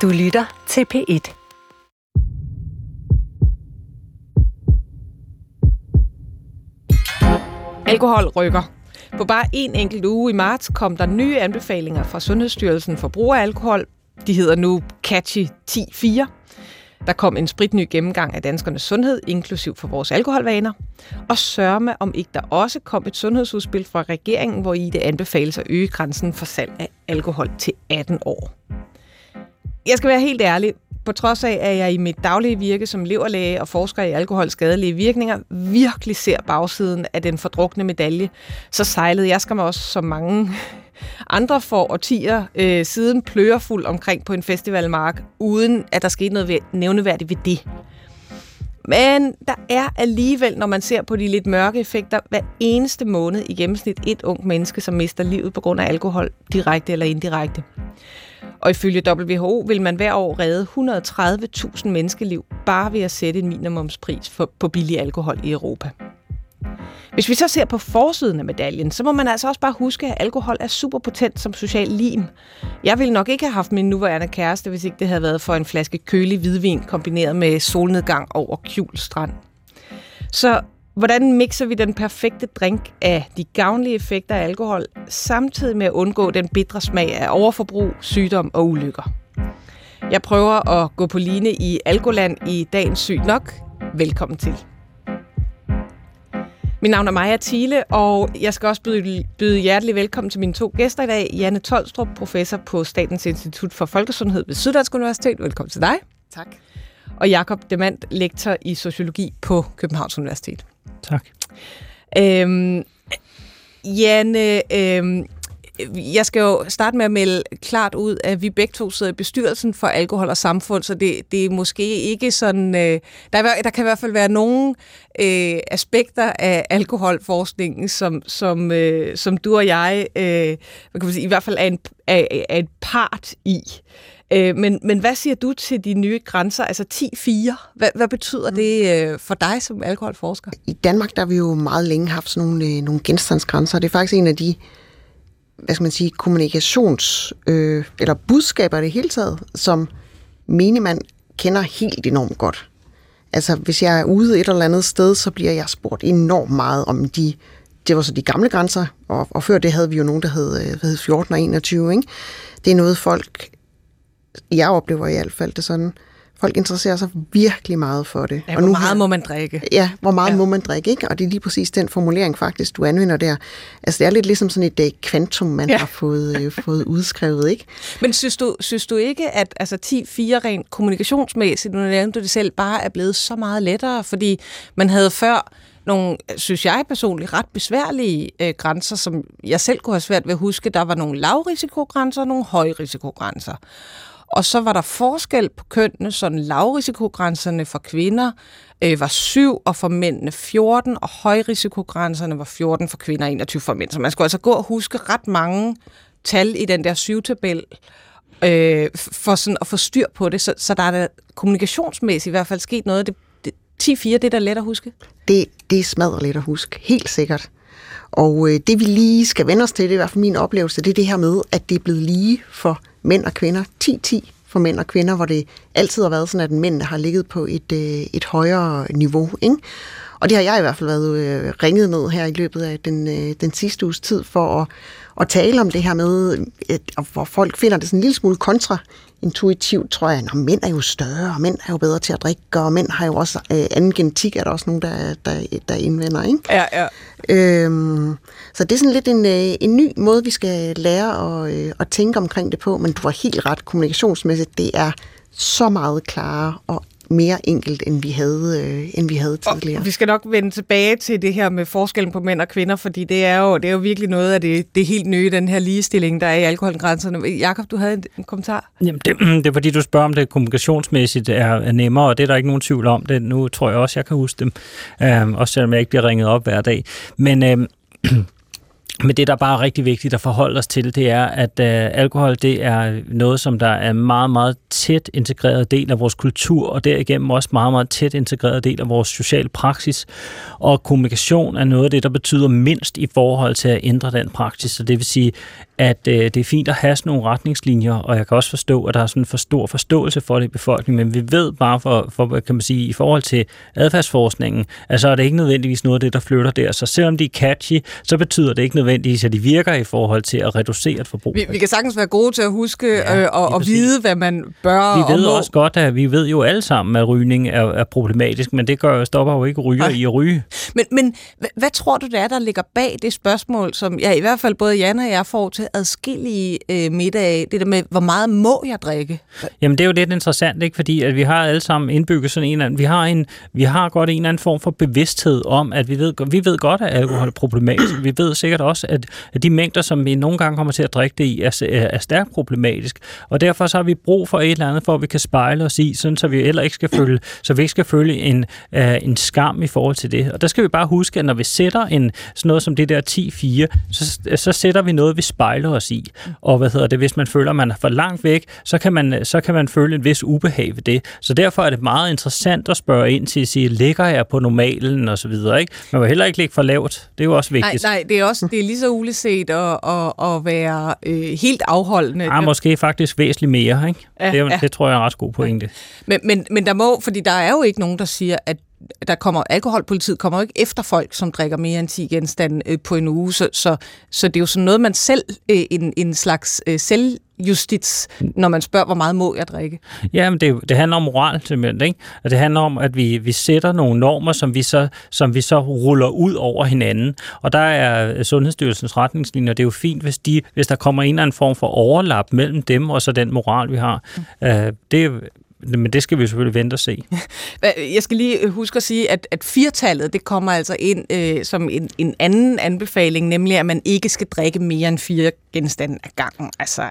Du lytter til P1. Alkohol rykker. På bare en enkelt uge i marts kom der nye anbefalinger fra Sundhedsstyrelsen for brug af alkohol. De hedder nu Catchy 10.4. Der kom en spritny gennemgang af danskernes sundhed, inklusiv for vores alkoholvaner. Og sørme om ikke der også kom et sundhedsudspil fra regeringen, hvor i det anbefales at øge grænsen for salg af alkohol til 18 år. Jeg skal være helt ærlig. På trods af, at jeg i mit daglige virke som leverlæge og forsker i alkohols skadelige virkninger virkelig ser bagsiden af den fordrukne medalje, så sejlede jeg skam også som mange andre for årtier siden plørefuld omkring på en festivalmark, uden at der skete noget nævneværdigt ved det. Men der er alligevel, når man ser på de lidt mørke effekter, hver eneste måned i gennemsnit et ungt menneske, som mister livet på grund af alkohol, direkte eller indirekte. Og ifølge WHO vil man hver år redde 130.000 menneskeliv bare ved at sætte en minimumspris på billig alkohol i Europa. Hvis vi så ser på forsiden af medaljen, så må man altså også bare huske, at alkohol er superpotent som social lim. Jeg ville nok ikke have haft min nuværende kæreste, hvis ikke det havde været for en flaske kølig hvidvin kombineret med solnedgang over Kjul Strand. Så hvordan mixer vi den perfekte drink af de gavnlige effekter af alkohol, samtidig med at undgå den bitre smag af overforbrug, sygdom og ulykker? Jeg prøver at gå på line i Alkoland i dagens Sygt Nok. Velkommen til. Mit navn er Maja Thiele, og jeg skal også byde hjertelig velkommen til mine to gæster i dag. Janne Tolstrup, professor på Statens Institut for Folkesundhed ved Syddansk Universitet. Velkommen til dig. Tak. Og Jakob Demant, lektor i sociologi på Københavns Universitet. Tak. Janne, jeg skal jo starte med at melde klart ud, at vi begge to sidder i bestyrelsen for alkohol og samfund, så det er måske ikke sådan... Der kan i hvert fald være nogle aspekter af alkoholforskningen, som du og jeg hvad kan man sige, i hvert fald er en part i. Men hvad siger du til de nye grænser, altså 10.4? Hvad betyder det for dig som alkoholforsker? I Danmark der har vi jo meget længe haft sådan nogle genstandsgrænser. Det er faktisk en af de eller budskaber i det hele taget, som menigmand kender helt enormt godt. Altså, hvis jeg er ude et eller andet sted, så bliver jeg spurgt enormt meget om det var så de gamle grænser, og før det havde vi jo nogen, der hed 14 og 21, ikke? Det er noget jeg oplever i hvert fald det sådan. Folk interesserer sig virkelig meget for det. Ja, hvor meget må man drikke? Ja, hvor meget må man drikke, ikke? Og det er lige præcis den formulering faktisk, du anvender der. Altså, det er lidt ligesom sådan et kvantum, man har fået udskrevet, ikke? Men synes du ikke, at altså 10.4 rent kommunikationsmæssigt, nu nævnte du det selv, bare er blevet så meget lettere? Fordi man havde før nogle, synes jeg personligt, ret besværlige grænser, som jeg selv kunne have svært ved at huske. Der var nogle lavrisikogrænser og nogle højrisikogrænser. Og så var der forskel på kønnene, sådan lavrisikogrænserne for kvinder var 7, og for mændene 14, og højrisikogrænserne var 14 for kvinder og 21 for mænd. Så man skulle altså gå og huske ret mange tal i den der 7-tabel, for sådan at få styr på det. Så der er da kommunikationsmæssigt i hvert fald sket noget. 10.4, det er da let at huske? Det er smadret let at huske, helt sikkert. Og det vi lige skal vende os til, det er i hvert fald min oplevelse, det er det her med, at det er blevet lige for mænd og kvinder. 10-10 for mænd og kvinder, hvor det altid har været sådan, at mændene har ligget på et højere niveau, ikke? Og det har jeg i hvert fald været ringet ned her i løbet af den sidste uges tid for at tale om det her med, hvor folk finder det sådan en lille smule kontraintuitivt, tror jeg. Mænd er jo større, og mænd er jo bedre til at drikke, og mænd har jo også anden genetik, er der også nogen, der indvender, ikke? Ja. Så det er sådan lidt en ny måde, vi skal lære at tænke omkring det på, men du var helt ret kommunikationsmæssigt. Det er så meget klarere og mere enkelt, end vi havde tidligere. Og vi skal nok vende tilbage til det her med forskellen på mænd og kvinder, fordi det er jo virkelig noget af det helt nye, den her ligestilling, der er i alkoholgrænserne. Jakob, du havde en kommentar? Jamen, det er fordi, du spørger, om det kommunikationsmæssigt er nemmere, og det er der ikke nogen tvivl om. Det, nu tror jeg også, jeg kan huske dem, også selvom jeg ikke bliver ringet op hver dag. Men det, der bare er rigtig vigtigt at forholde os til, det er, at alkohol, det er noget, som der er en meget, meget tæt integreret del af vores kultur, og derigennem også meget, meget tæt integreret del af vores sociale praksis. Og kommunikation er noget af det, der betyder mindst i forhold til at ændre den praksis. Så det vil sige, at det er fint at have sådan nogle retningslinjer, og jeg kan også forstå, at der er sådan for stor forståelse for det i befolkningen, men vi ved bare for kan man sige, i forhold til adfærdsforskningen, altså er det ikke nødvendigvis noget af det, der flytter der. Så selvom de er catchy, så betyder det ikke nødvendigvis, at de virker i forhold til at reducere et forbrug. Vi kan sagtens være gode til at huske og vide, hvad man bør vi ved også godt, at vi ved jo alle sammen, at rygning er problematisk, men det stopper jo ikke ryger i at ryge. Men hvad tror du, det er, der ligger bag det spørgsmål, som i hvert fald både Jan og jeg får til adskillige middage, det der med, hvor meget må jeg drikke? Jamen det er jo lidt interessant, ikke? Fordi at vi har alle sammen indbygget sådan en eller anden, vi har godt en eller anden form for bevidsthed om, at vi ved godt, at alkohol er problematisk. Vi ved sikkert også, at de mængder, som vi nogle gange kommer til at drikke det i, er stærkt problematisk. Og derfor så har vi brug for et eller andet, for at vi kan spejle os i, sådan, så vi heller ikke skal føle, en skam i forhold til det. Og der skal vi bare huske, at når vi sætter sådan noget som det der 10-4, så sætter vi noget, vi spejler os i. Og hvis man føler, at man er for langt væk, så kan man føle en vis ubehag ved det. Så derfor er det meget interessant at spørge ind til at sige, ligger jeg på normalen og så videre, ikke? Man må heller ikke ligge for lavt. Det er jo også vigtigt. Nej, det er lige så uleset at være helt afholdende. Måske faktisk væsentligt mere, ikke? Ja, det tror jeg er en ret god pointe. Men der må, fordi der er jo ikke nogen, der siger, at alkoholpolitiet kommer jo ikke efter folk, som drikker mere end 10 genstande på en uge, så det er jo sådan noget, man selv, en slags selvjustits, når man spørger, hvor meget må jeg drikke? Jamen, det handler om moral simpelthen, ikke? Og det handler om, at vi sætter nogle normer, som vi så ruller ud over hinanden. Og der er Sundhedsstyrelsens retningslinjer, det er jo fint, hvis der kommer en eller anden form for overlap mellem dem, og så den moral, vi har. Men det skal vi selvfølgelig vente og se. Jeg skal lige huske at sige, at 4-tallet, det kommer altså ind som en anden anbefaling, nemlig at man ikke skal drikke mere end 4 genstande ad gangen. Altså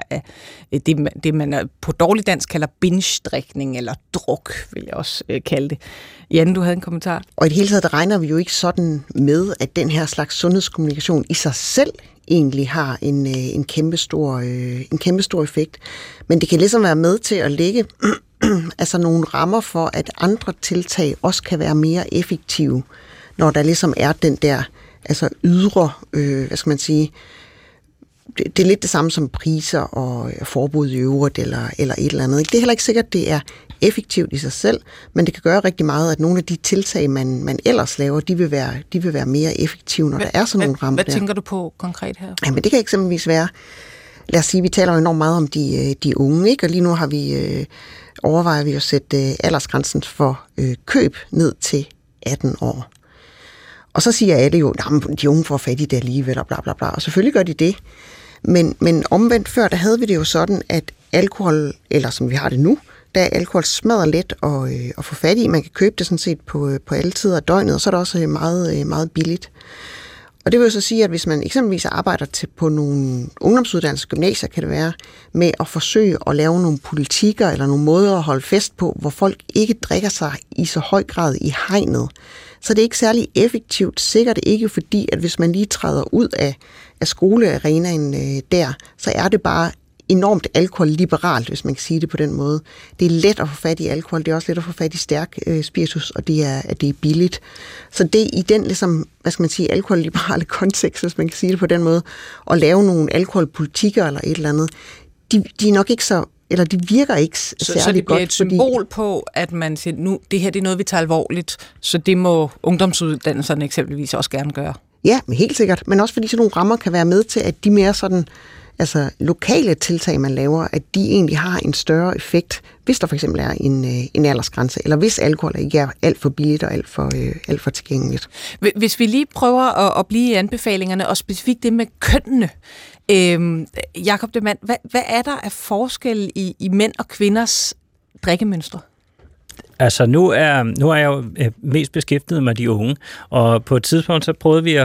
det man på dårlig dansk kalder binge-drikning, eller druk, vil jeg også kalde det. Jan, du havde en kommentar. Og i det hele taget regner vi jo ikke sådan med, at den her slags sundhedskommunikation i sig selv egentlig har en kæmpestor effekt. Men det kan ligesom være med til at lægge altså nogle rammer for, at andre tiltag også kan være mere effektive, når der ligesom er den der altså ydre, hvad skal man sige, det er lidt det samme som priser og forbud i øvrigt eller et eller andet. Det er heller ikke sikkert, det er effektivt i sig selv, men det kan gøre rigtig meget, at nogle af de tiltag, man ellers laver, de vil være mere effektive, når der er sådan nogle rammer der. Hvad tænker du på konkret her? Jamen, det kan eksempelvis være, lad os sige, vi taler jo enormt meget om de unge, ikke? Og lige nu har overvejer vi at sætte aldersgrænsen for køb ned til 18 år. Og så siger alle jo, at de unge får fat i det alligevel, og bla bla bla. Og selvfølgelig gør de det. Men omvendt før, der havde vi det jo sådan, at alkohol, eller som vi har det nu, der er alkohol smadrer let at få fat i. Man kan købe det sådan set på alle tider af døgnet, og så er det også meget, meget billigt. Og det vil jo så sige, at hvis man eksempelvis arbejder på nogle ungdomsuddannelser, gymnasier kan det være, med at forsøge at lave nogle politikker eller nogle måder at holde fest på, hvor folk ikke drikker sig i så høj grad i hegnet, så det er ikke særlig effektivt. Sikkert ikke, fordi at hvis man lige træder ud af skolearenaen der, så er det bare enormt alkoholliberalt, hvis man kan sige det på den måde. Det er let at få fat i alkohol, det er også let at få fat i stærk spiritus, og det er billigt. Så det i den, ligesom, hvad skal man sige, alkoholliberale kontekst, hvis man kan sige det på den måde, at lave nogle alkoholpolitikker eller et eller andet, de er nok ikke så, eller de virker ikke særlig godt. Så det bliver et symbol på, at man siger, nu, det her det er noget, vi tager alvorligt, så det må ungdomsuddannelserne eksempelvis også gerne gøre. Ja, men helt sikkert. Men også fordi sådan nogle rammer kan være med til, at de mere sådan altså lokale tiltag, man laver, at de egentlig har en større effekt, hvis der for eksempel er en aldersgrænse, eller hvis alkohol ikke er alt for billigt og alt for tilgængeligt. Hvis vi lige prøver at blive i anbefalingerne, og specifikt det med kønnene. Jakob de Man, hvad er der af forskel i mænd og kvinders drikkemønstre? Altså, nu er jeg jo mest beskæftiget med de unge, og på et tidspunkt så prøvede vi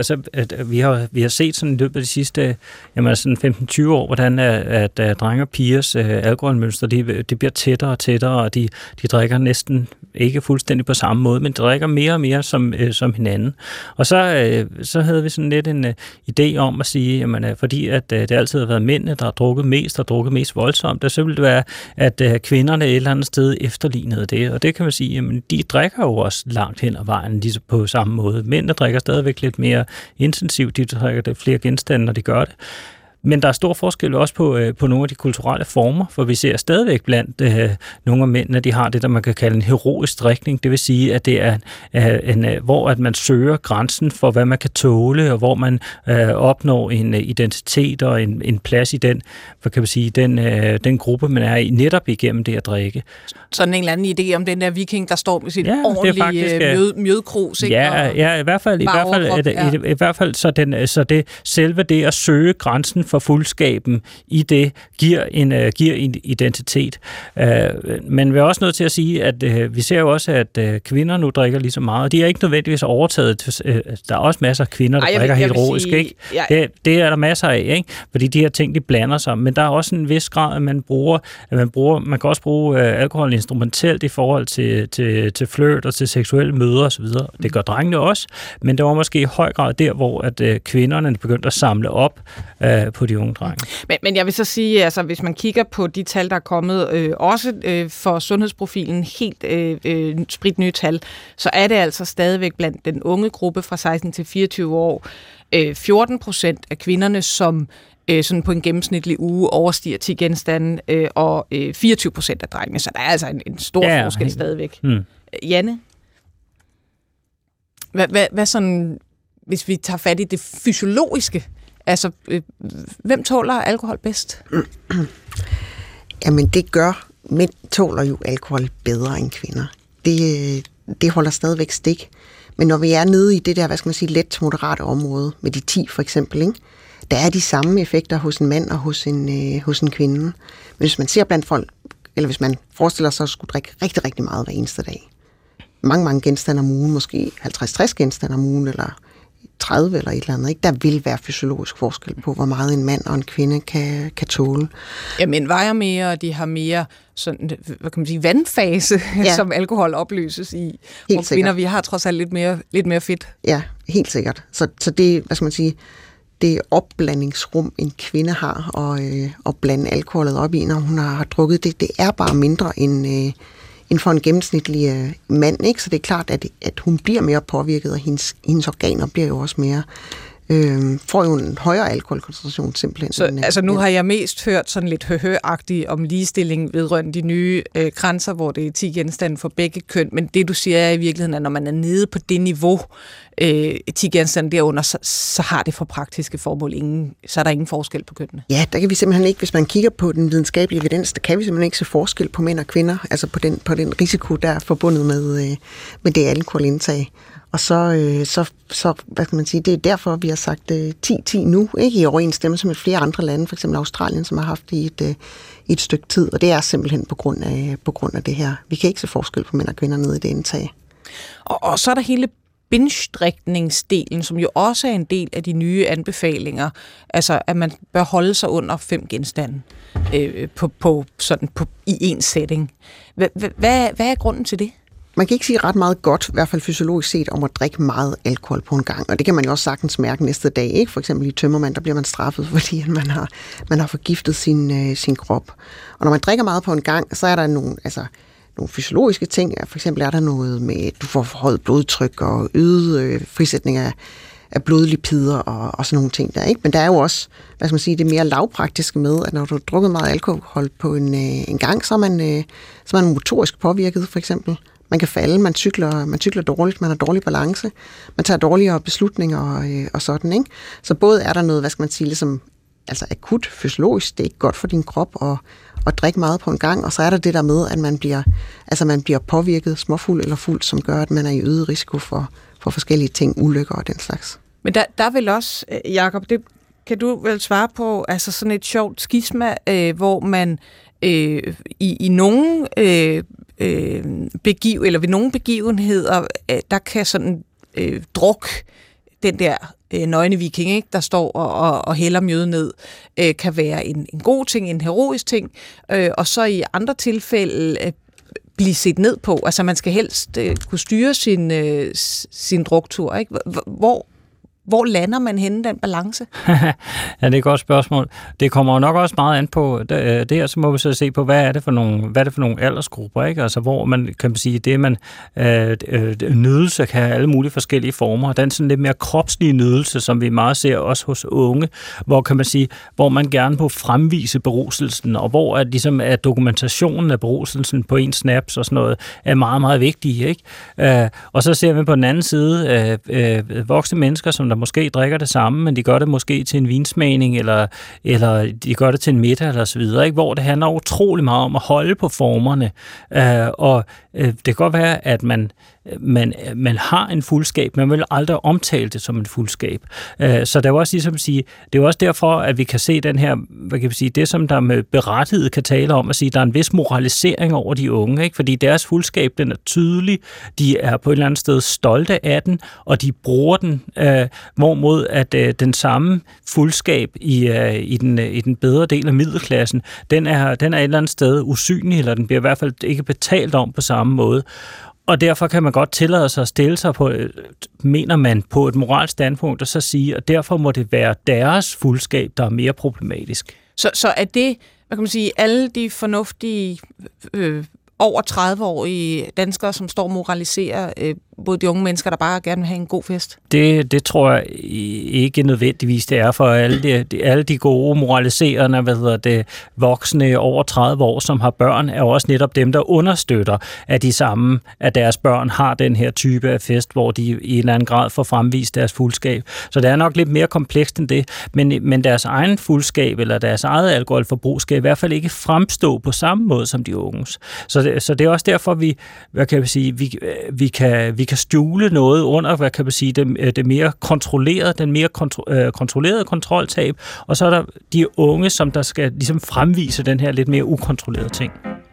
vi har set sådan i løbet af de sidste sådan 15-20 år, hvordan at drenge og pigers alkoholmønster, det bliver tættere og tættere, og de drikker næsten ikke fuldstændig på samme måde, men de drikker mere og mere som hinanden. Og så havde vi sådan lidt en idé om at sige, jamen, fordi at det altid har været mændene, der har drukket mest voldsomt, så ville det være, at kvinderne et eller andet sted efterlignede det. Og det kan man sige, jamen, de drikker jo også langt hen ad vejen lige på samme måde. Mændene drikker stadigvæk lidt mere intensivt, de drikker det flere genstande, når de gør det. Men der er stor forskel også på nogle af de kulturelle former, for vi ser stadigvæk blandt nogle af mændene, de har det, der man kan kalde en heroisk drikning. Det vil sige, at det er hvor at man søger grænsen for, hvad man kan tåle, og hvor man opnår en identitet og en plads i den, hvad kan man sige, den gruppe, man er i, netop igennem det at drikke. Sådan en eller anden idé om den der viking, der står med sit ordentlige mjødkrus, ikke? Ja, i hvert fald så det selve det at søge grænsen for fuldskaben i det giver en identitet. Men vi er også nødt til at sige, at vi ser jo også, at kvinder nu drikker lige så meget. De er ikke nødvendigvis overtaget. Der er også masser af kvinder, der drikker heroisk, ikke? Det er der masser af, ikke? Fordi de her ting, de blander sig. Men der er også en vis grad, at man kan også bruge alkohol instrumentelt i forhold til flirt og til seksuelle møder osv. Det gør drengene også, men det var måske i høj grad der, hvor at kvinderne begyndte at samle op på de unge drenge. Men jeg vil så sige, altså hvis man kigger på de tal, der er kommet, også for sundhedsprofilen, helt spritnye tal, så er det altså stadigvæk blandt den unge gruppe fra 16 til 24 år, 14% af kvinderne, som sådan på en gennemsnitlig uge overstiger 10 genstande, og 24% af drengene, så der er altså en stor forskel stadigvæk. Janne? Hvad sådan, hvis vi tager fat i det fysiologiske, altså, hvem tåler alkohol bedst? Jamen, det gør mænd tåler jo alkohol bedre end kvinder. Det holder stadigvæk stik. Men når vi er nede i det der, hvad skal man sige, let moderate område, med de 10 for eksempel, ikke? Der er de samme effekter hos en mand og hos en kvinde. Men hvis man ser blandt folk, eller hvis man forestiller sig at skulle drikke rigtig, rigtig meget hver eneste dag, mange genstande om ugen, måske 50-60 genstande om ugen, eller 30 eller et eller andet, ikke? Der vil være fysiologisk forskel på, hvor meget en mand og en kvinde kan tåle. Ja, mænd vejer mere, og de har mere sådan, hvad kan man sige, vandfase, som alkohol opløses i. Helt og kvinder, vi har trods alt lidt mere fedt. Ja, helt sikkert. Så det, hvad skal man sige, det opblandingsrum, en kvinde har, og blande alkoholet op i, når hun har drukket det er bare mindre end for en gennemsnitlig mand, ikke? Så det er klart, at hun bliver mere påvirket, og hendes organer bliver jo også mere, får jo en højere alkoholkoncentration simpelthen. Så altså nu har jeg mest hørt sådan lidt høhø-agtigt om ligestilling vedrørende de nye grænser, hvor det er 10 genstande for begge køn, men det du siger er i virkeligheden, at når man er nede på det niveau, 10 genstande derunder, så har det for praktiske formål så er der ingen forskel på kønnene. Ja, der kan vi simpelthen ikke, hvis man kigger på den videnskabelige evidens, der kan vi simpelthen ikke se forskel på mænd og kvinder, altså på den risiko, der er forbundet med det alkoholindtag. Og så, hvad skal man sige, det er derfor, vi har sagt 10-10 nu, ikke i overensstemmelse med flere andre lande, f.eks. Australien, som har haft det i et stykke tid, og det er simpelthen på grund af det her. Vi kan ikke se forskel på mænd og kvinder nede i det indtag. Og så er der hele binge-drikningsdelen, som jo også er en del af de nye anbefalinger, altså at man bør holde sig under 5 genstande i en setting. Hvad er grunden til det? Man kan ikke sige ret meget godt, i hvert fald fysiologisk set, om at drikke meget alkohol på en gang. Og det kan man jo også sagtens mærke næste dag, ikke? For eksempel i tømmermand, der bliver man straffet, fordi man har forgiftet sin krop. Og når man drikker meget på en gang, så er der nogle fysiologiske ting. For eksempel er der noget med, du får forhøjet blodtryk og øget frisætning af blodlipider og sådan nogle ting der, ikke? Men der er jo også, hvad skal man sige, det mere lavpraktiske med, at når du har drukket meget alkohol på en gang, så er man motorisk påvirket, for eksempel. Man kan falde, man cykler dårligt, man har dårlig balance, man tager dårligere beslutninger og sådan, ikke? Så både er der noget, hvad skal man sige, ligesom, altså akut fysiologisk, det er ikke godt for din krop at drikke meget på en gang, og så er der det der med, at man bliver påvirket småfuld eller fuld, som gør, at man er i øget risiko for forskellige ting, ulykker og den slags. Men der er vel også, Jakob, det kan du vel svare på, altså sådan et sjovt skisma, hvor man i nogle ved nogle begivenheder, der kan sådan druk, den der nøgne viking, ikke, der står og hælder mjøde ned, kan være en god ting, en heroisk ting, og så i andre tilfælde blive set ned på. Altså man skal helst kunne styre sin druktur, ikke? hvor lander man henne den balance? Ja, det er et godt spørgsmål. Det kommer jo nok også meget an på det her, så må vi så se på, hvad er det for nogle aldersgrupper, ikke? Altså, hvor man kan sige, det man nydelse kan have alle mulige forskellige former. Den sådan lidt mere kropslige nydelse, som vi meget ser også hos unge, hvor kan man sige, hvor man gerne på fremvise beruselsen, og hvor ligesom at dokumentationen af beruselsen på en snaps og sådan noget er meget, meget vigtig, ikke? Og så ser vi på den anden side voksne mennesker, som der måske drikker det samme, men de gør det måske til en vinsmagning, eller de gør det til en middag, eller så videre, ikke? Hvor det handler utrolig meget om at holde på formerne, og det kan godt være, at man har en fuldskab, man vil aldrig omtale det som en fuldskab. Så det er også ligesom at sige, det er også derfor, at vi kan se den her, hvad kan vi sige, det som der med berettiget kan tale om, at sige, der er en vis moralisering over de unge, ikke? Fordi deres fuldskab, den er tydelig, de er på et eller andet sted stolte af den, og de bruger den, hvorimod at den samme fuldskab i den bedre del af middelklassen, den er et eller andet sted usynlig, eller den bliver i hvert fald ikke betalt om på samme måde. Og derfor kan man godt tillade sig at stille sig på, mener man, på et moralsk standpunkt, og så sige, at derfor må det være deres fuldskab, der er mere problematisk. Så er det, hvad kan man sige, alle de fornuftige over 30-årige danskere, som står og moraliserer både de unge mennesker, der bare gerne vil have en god fest? Det tror jeg ikke nødvendigvis det er for alle de gode moraliserende, voksne over 30 år, som har børn, er også netop dem, der understøtter, at deres børn har den her type af fest, hvor de i en eller anden grad får fremvist deres fuldskab. Så det er nok lidt mere komplekst end det, men deres egen fuldskab eller deres eget alkoholforbrug skal i hvert fald ikke fremstå på samme måde som de unges. Så det er også derfor, vi kan skjule noget under, hvad kan man sige, det mere kontrollerede, den mere kontrollerede kontroltab, og så er der de unge, som der skal ligesom fremvise den her lidt mere ukontrollerede ting.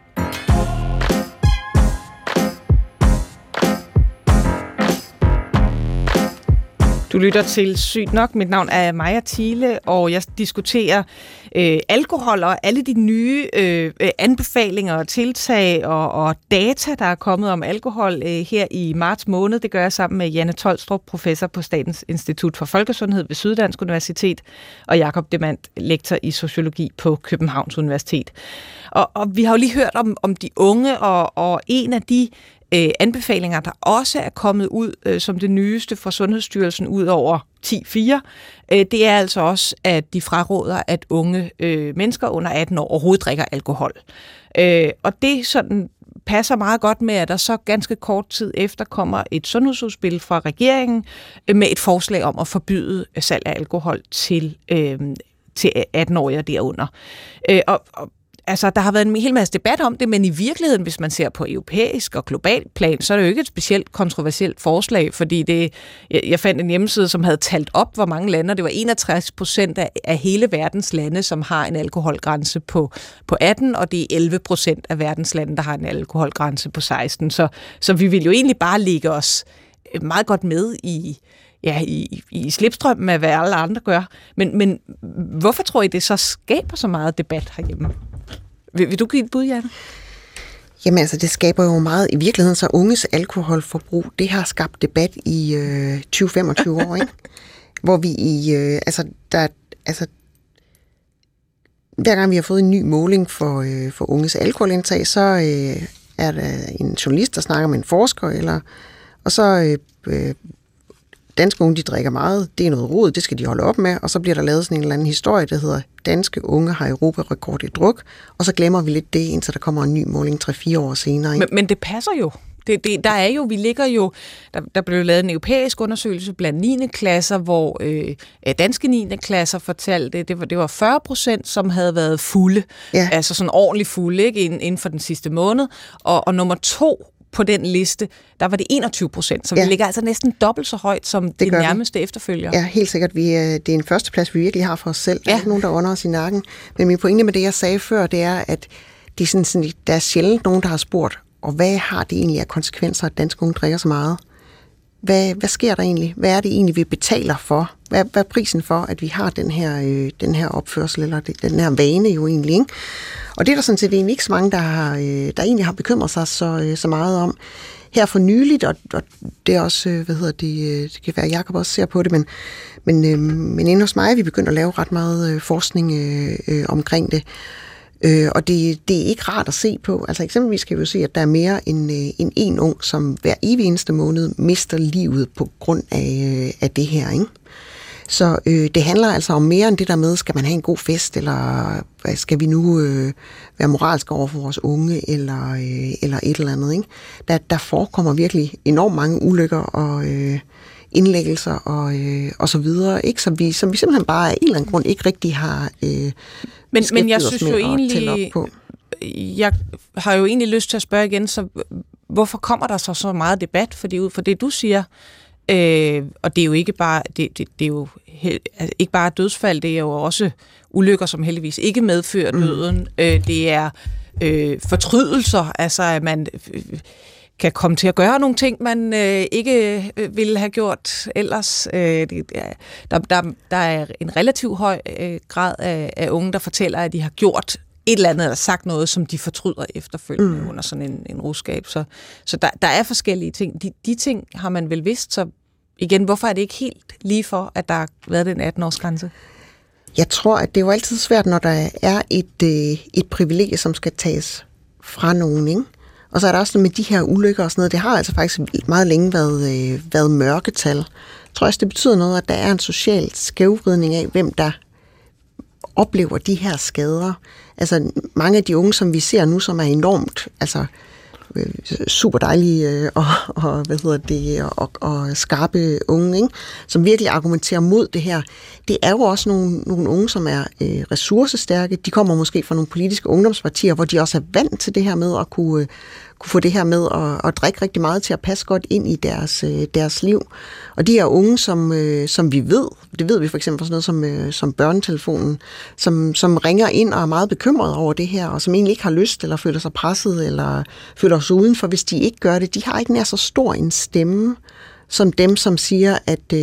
Du lytter til Sygt nok. Mit navn er Maja Thiele, og jeg diskuterer alkohol og alle de nye anbefalinger og tiltag og data, der er kommet om alkohol her i marts måned. Det gør jeg sammen med Janne Tolstrup, professor på Statens Institut for Folkesundhed ved Syddansk Universitet, og Jakob Demant, lektor i sociologi på Københavns Universitet. Og vi har jo lige hørt om de unge, og en af de anbefalinger, der også er kommet ud som det nyeste fra Sundhedsstyrelsen ud over 10.4, det er altså også, at de fraråder, at unge mennesker under 18 år overhovedet drikker alkohol. Og det sådan passer meget godt med, at der så ganske kort tid efter kommer et sundhedsudspil fra regeringen med et forslag om at forbyde salg af alkohol til 18-årige og derunder. Altså, der har været en hel masse debat om det, men i virkeligheden, hvis man ser på europæisk og global plan, så er det jo ikke et specielt kontroversielt forslag, fordi jeg fandt en hjemmeside, som havde talt op, hvor mange lande, det var 61% af hele verdens lande, som har en alkoholgrænse på 18, og det er 11% af verdens lande, der har en alkoholgrænse på 16. Så vi vil jo egentlig bare lægge os meget godt med i slipstrømmen af, hvad alle andre gør. Men hvorfor tror I, det så skaber så meget debat herhjemme? Vil du give et bud, Janne? Jamen altså, det skaber jo meget. I virkeligheden så unges alkoholforbrug, det har skabt debat i 20-25 år, ikke? Hvor vi hver gang vi har fået en ny måling for unges alkoholindtag, så er der en journalist, der snakker med en forsker, og så danske unge, de drikker meget, det er noget rod, det skal de holde op med, og så bliver der lavet sådan en eller anden historie, der hedder, danske unge har Europarekord i druk, og så glemmer vi lidt det, indtil der kommer en ny måling 3-4 år senere. Ikke? Men det passer jo. Der er jo, vi ligger jo, der blev lavet en europæisk undersøgelse blandt 9. klasser, hvor danske 9. klasser fortalte, det var 40%, som havde været fulde, altså sådan ordentligt fulde, ikke, inden for den sidste måned, og nummer 2 på den liste, der var det 21%, så vi ligger altså næsten dobbelt så højt som det nærmeste efterfølger. Ja, helt sikkert. Det er en førsteplads, vi virkelig har for os selv. Der er ikke nogen, der under os i nakken. Men min pointe med det, jeg sagde før, det er, at det er sådan, der er sjældent nogen, der har spurgt, og hvad har det egentlig af konsekvenser, at danske unge drikker så meget? Hvad sker der egentlig? Hvad er det egentlig, vi betaler for? Hvad er prisen for, at vi har den her opførsel, eller den her vane jo egentlig, ikke? Og det er der sådan set egentlig ikke så mange, der egentlig har bekymret sig så meget om. her for nyligt, og det er også, det kan være, Jacob også ser på det, men inde hos mig, vi begyndte at lave ret meget forskning omkring det. Og det er ikke rart at se på. Altså eksempelvis kan vi jo se, at der er mere end en ung, som hver evig eneste måned mister livet på grund af det her, ikke? Så det handler altså om mere end det der med, skal man have en god fest, eller skal vi nu være moralske over for vores unge, eller et eller andet, ikke? Der forekommer virkelig enormt mange ulykker og indlæggelser og så videre, ikke? Som vi simpelthen bare af en eller anden grund ikke rigtig har men jeg synes jo egentlig, jeg har jo egentlig lyst til at spørge igen, så hvorfor kommer der så meget debat? Fordi ud fra det, du siger, og det er jo ikke bare det er jo ikke bare dødsfald, det er jo også ulykker, som heldigvis ikke medfører døden. Det er fortrydelser, altså at man kan komme til at gøre nogle ting, man ikke ville have gjort ellers. Der er en relativt høj grad af unge, der fortæller, at de har gjort et eller andet, eller sagt noget, som de fortryder efterfølgende under sådan en ruskab. Så der er forskellige ting. De ting har man vel vidst, så igen, hvorfor er det ikke helt lige for, at der har været den 18-års grænse? Jeg tror, at det er jo altid svært, når der er et privilegie, som skal tages fra nogen, ikke? Og så er der også med de her ulykker og sådan noget, det har altså faktisk meget længe været mørketal. Jeg tror også, det betyder noget, at der er en social skævvridning af, hvem der oplever de her skader. Altså mange af de unge, som vi ser nu, som er enormt super dejlige og skarpe unge, ikke? Som virkelig argumenterer mod det her. Det er jo også nogle unge, som er ressourcestærke. De kommer måske fra nogle politiske ungdomspartier, hvor de også er vant til det her med at kunne få det her med at drikke rigtig meget til at passe godt ind i deres liv. Og de her unge, som vi ved, det ved vi for eksempel for sådan noget som børnetelefonen, som ringer ind og er meget bekymrede over det her, og som egentlig ikke har lyst, eller føler sig presset, eller føler sig udenfor, hvis de ikke gør det. De har ikke nær så stor en stemme, som dem, som siger,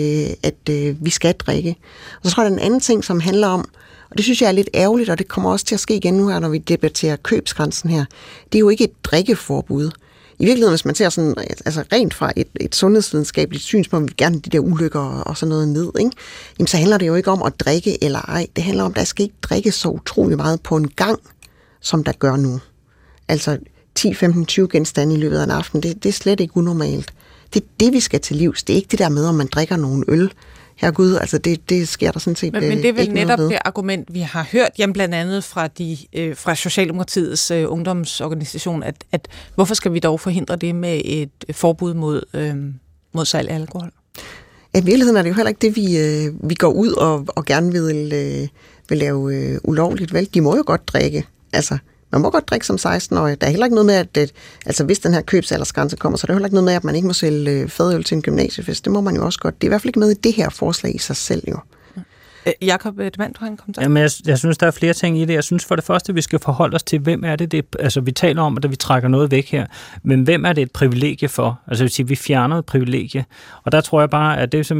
at vi skal drikke. Og så tror jeg, den anden ting, som handler om, og det synes jeg er lidt ærgerligt, og det kommer også til at ske igen nu her, når vi debatterer købsgrænsen her. Det er jo ikke et drikkeforbud. I virkeligheden, hvis man ser sådan, altså rent fra et sundhedsvidenskabeligt synspunkt, vi gerne de der ulykker og sådan noget ned, ikke? Jamen, så handler det jo ikke om at drikke eller ej. Det handler om, at der skal ikke drikke så utrolig meget på en gang, som der gør nu. Altså 10, 15, 20 genstande i løbet af en aften, det er slet ikke unormalt. Det er det, vi skal til livs. Det er ikke det der med, om man drikker nogle øl. Herregud, altså det sker der sådan set men det er vel netop det argument, vi har hørt, jamen blandt andet fra Socialdemokratiets ungdomsorganisation, at hvorfor skal vi dog forhindre det med et forbud mod salg af alkohol? I virkeligheden er det jo heller ikke det, vi går ud og gerne vil lave ulovligt, vel? De må jo godt drikke, altså. Man må godt drikke som 16-årig. Der er heller ikke noget med, at hvis den her købsaldersgrænse kommer, så er der heller ikke noget med, at man ikke må sælge fadøl til en gymnasiefest. Det må man jo også godt. Det er i hvert fald ikke med i det her forslag i sig selv, jo. Jakob Demand, du har en kommentar? Jamen, jeg synes, der er flere ting i det. Jeg synes for det første, vi skal forholde os til, hvem er det, altså vi taler om, at vi trækker noget væk her, men hvem er det et privilegie for? Altså vil sige, vi fjerner et privilegie, og der tror jeg bare, at det,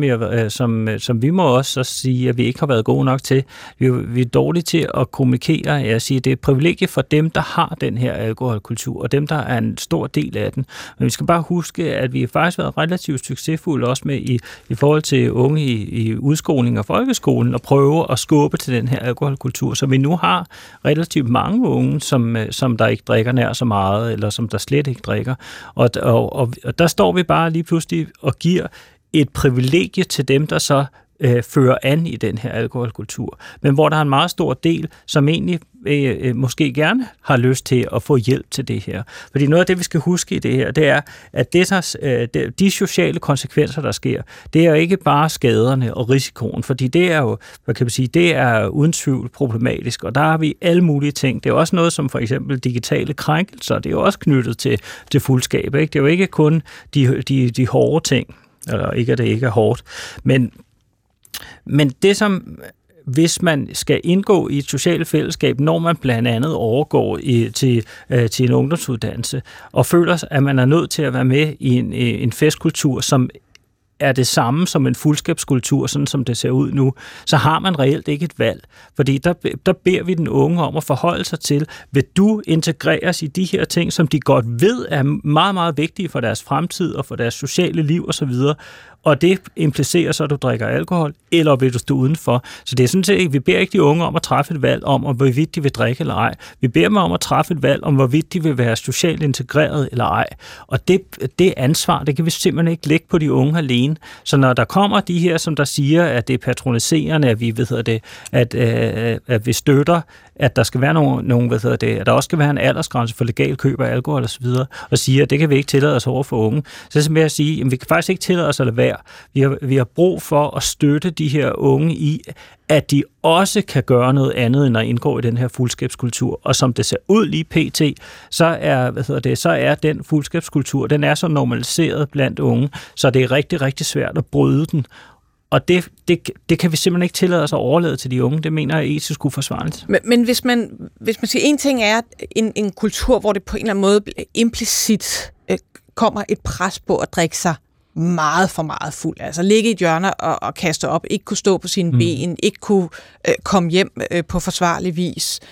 som vi må også sige, at vi ikke har været gode nok til, vi er dårlige til at kommunikere, jeg siger, det er et privilegie for dem, der har den her alkoholkultur, og dem, der er en stor del af den. Men vi skal bare huske, at vi har faktisk været relativt succesfulde også med i forhold til unge i udskoling og folkeskolen, og prøve at skubbe til den her alkoholkultur, så vi nu har relativt mange unge, som der ikke drikker nær så meget, eller som der slet ikke drikker. Og der står vi bare lige pludselig og giver et privilegie til dem, der så fører an i den her alkoholkultur. Men hvor der er en meget stor del, som egentlig måske gerne har lyst til at få hjælp til det her. Fordi noget af det, vi skal huske i det her, det er, at de sociale konsekvenser, der sker, det er jo ikke bare skaderne og risikoen, fordi det er jo, hvad kan man sige, det er uden tvivl problematisk, og der har vi alle mulige ting. Det er også noget som for eksempel digitale krænkelser, det er jo også knyttet til fuldskab, ikke? Det er jo ikke kun de hårde ting, eller ikke at det ikke er hårdt, men det som, hvis man skal indgå i et socialt fællesskab, når man blandt andet overgår til en ungdomsuddannelse, og føler, at man er nødt til at være med i en festkultur, som er det samme som en fuldskabskultur, sådan som det ser ud nu, så har man reelt ikke et valg. Fordi der beder vi den unge om at forholde sig til, vil du integreres i de her ting, som de godt ved er meget, meget vigtige for deres fremtid og for deres sociale liv osv., og det implicerer så, at du drikker alkohol, eller vil du stå udenfor. Så det er sådan set, vi beder ikke de unge om at træffe et valg om, hvorvidt de vil drikke eller ej. Vi beder dem om at træffe et valg om, hvorvidt de vil være socialt integreret eller ej. Og det ansvar, det kan vi simpelthen ikke lægge på de unge alene. Så når der kommer de her, som der siger, at det er patroniserende, at vi at vi støtter, at der skal være at der også skal være en aldersgrænse for legal køb af alkohol osv., og siger, at det kan vi ikke tillade os over for unge, så er det simpelthen at sige, at vi kan faktisk ikke tillade os at lade være. Vi har brug for at støtte de her unge i, at de også kan gøre noget andet, end at indgå i den her fuldskabskultur. Og som det ser ud lige pt., så er den fuldskabskultur, den er så normaliseret blandt unge, så det er rigtig, rigtig svært at bryde den. Og det kan vi simpelthen ikke tillade os at overlade til de unge. Det mener jeg etisk uforsvarligt. Men hvis man siger, en ting er en kultur, hvor det på en eller anden måde implicit kommer et pres på at drikke sig meget for meget fuld. Altså ligge i et hjørne og kaste op, ikke kunne stå på sine ben, ikke kunne komme hjem på forsvarlig vis.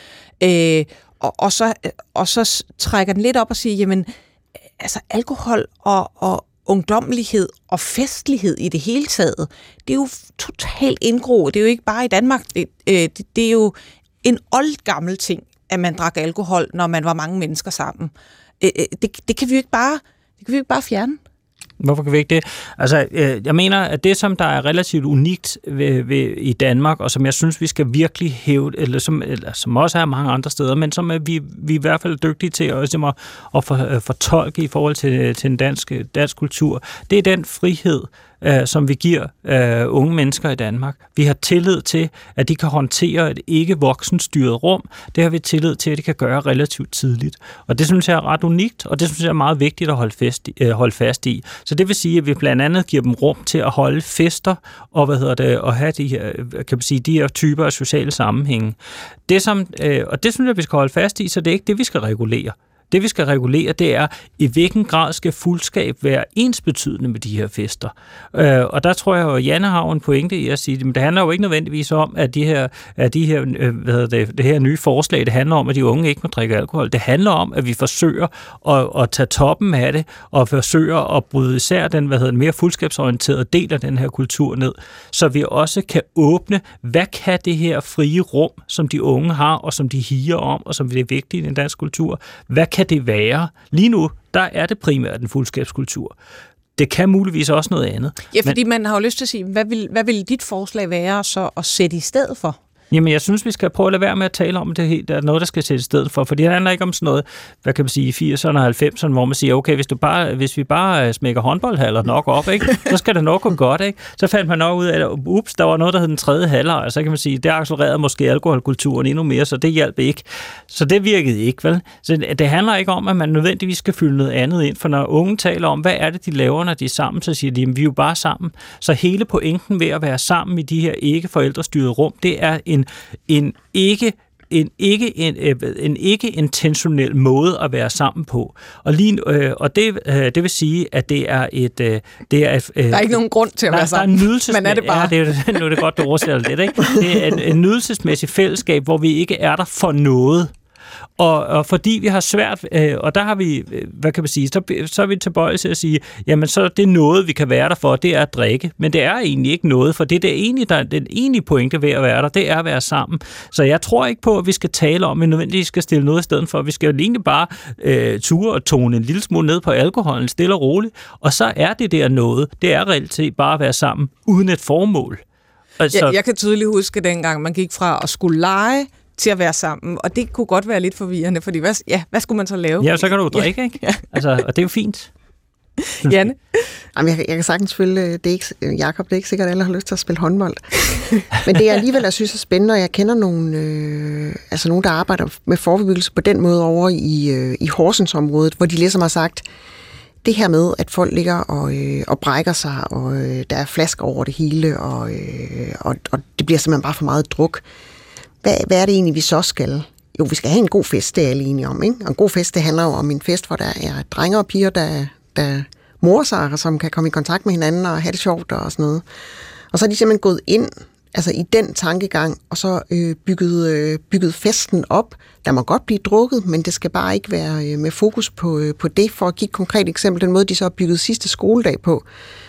Og så trækker den lidt op og siger, jamen, altså alkohol og ungdommelighed og festlighed i det hele taget, det er jo totalt indgroet. Det er jo ikke bare i Danmark. Det er jo en oldgammel ting, at man drak alkohol, når man var mange mennesker sammen. Det kan vi jo ikke bare fjerne. Hvorfor kan vi ikke det? Altså, jeg mener, at det, som der er relativt unikt i Danmark, og som jeg synes, vi skal virkelig hæve, eller som også er mange andre steder, men som vi i hvert fald er dygtige til at fortolke i forhold til en dansk kultur, det er den frihed, som vi giver unge mennesker i Danmark. Vi har tillid til, at de kan håndtere et ikke-voksenstyret rum. Det har vi tillid til, at de kan gøre relativt tidligt. Og det synes jeg er ret unikt, og det synes jeg er meget vigtigt at holde fast i. Så det vil sige, at vi blandt andet giver dem rum til at holde fester og have de her, kan man sige, de her typer af sociale sammenhænge. Og det synes jeg, vi skal holde fast i, så det er ikke det, vi skal regulere. Det, vi skal regulere, det er, i hvilken grad skal fuldskab være ensbetydende med de her fester. Og der tror jeg, at Janne har en pointe i at sige, men det handler jo ikke nødvendigvis om, at det her nye forslag, det handler om, at de unge ikke må drikke alkohol. Det handler om, at vi forsøger at tage toppen af det, og forsøger at bryde især den mere fuldskabsorienterede del af den her kultur ned, så vi også kan åbne, hvad kan det her frie rum, som de unge har, og som de higer om, og som det er vigtigt i en dansk kultur, hvad kan det være? Lige nu, der er det primært en fuldskabskultur. Det kan muligvis også noget andet. Ja, fordi man har jo lyst til at sige, hvad vil dit forslag være så at sætte i stedet for? Jamen, jeg synes, vi skal prøve at lade være med at tale om det. Der er noget, der skal sættes i stedet for, fordi det handler ikke om sådan noget, hvad kan man sige, i 80'erne og 90'erne, hvor man siger, okay, hvis vi bare smækker håndboldhaller nok op, ikke, så skal det nok gå godt, ikke? Så fandt man nok ud af, at der var noget, der hed den tredje halvleg, og så kan man sige, det accelererede måske alkoholkulturen endnu mere, så det hjalp ikke. Så det virkede ikke, vel? Så det handler ikke om, at man nødvendigvis skal fylde noget andet ind, for når unge taler om, hvad er det, de laver, når de er sammen, så siger de, jamen, vi er jo bare sammen. Så hele pointen ved at være sammen i de her ikke-forældrestyrede rum, det er en ikke-intentionel måde at være sammen på. Og det vil sige, at det er der er ikke nogen grund til at være sammen. Man er det bare. Ja, nu er det godt, du oversætter lidt, ikke? Det er en nydelsesmæssig fællesskab, hvor vi ikke er der for noget. Og fordi vi har svært, og der har vi, hvad kan man sige, så er vi tilbøjelige til at sige, jamen så er det noget, vi kan være der for, det er at drikke. Men det er egentlig ikke noget, for det er den egentlige pointe ved at være der, det er at være sammen. Så jeg tror ikke på, at vi skal tale om, at nødvendigvis skal stille noget i stedet for. Vi skal jo egentlig bare ture og tone en lille smule ned på alkoholen, stille og roligt. Og så er det der noget, det er reelt set bare at være sammen, uden et formål. Altså, jeg kan tydeligt huske dengang, man gik fra at skulle lege til at være sammen, og det kunne godt være lidt forvirrende, fordi hvad skulle man så lave? Ja, så kan du jo drikke, ikke? Ja. Altså, og det er jo fint. Janne? Jamen, jeg kan sagtens følge, Jakob, det er ikke sikkert, at alle har lyst til at spille håndbold. Men det er alligevel, jeg synes er spændende, og jeg kender nogen, der arbejder med forebyggelse på den måde over i Horsensområdet, hvor de ligesom har sagt, det her med, at folk ligger og brækker sig, og der er flasker over det hele, og det bliver simpelthen bare for meget druk. Hvad er det egentlig, vi så skal? Jo, vi skal have en god fest, det er alle enige om, ikke? Og en god fest, det handler jo om en fest, hvor der er drenge og piger, der morsager, som kan komme i kontakt med hinanden og have det sjovt og sådan noget. Og så er de simpelthen gået ind altså i den tankegang, og så bygget festen op. Der må godt blive drukket, men det skal bare ikke være med fokus på det. For at give et konkret eksempel, den måde, de så har bygget sidste skoledag på,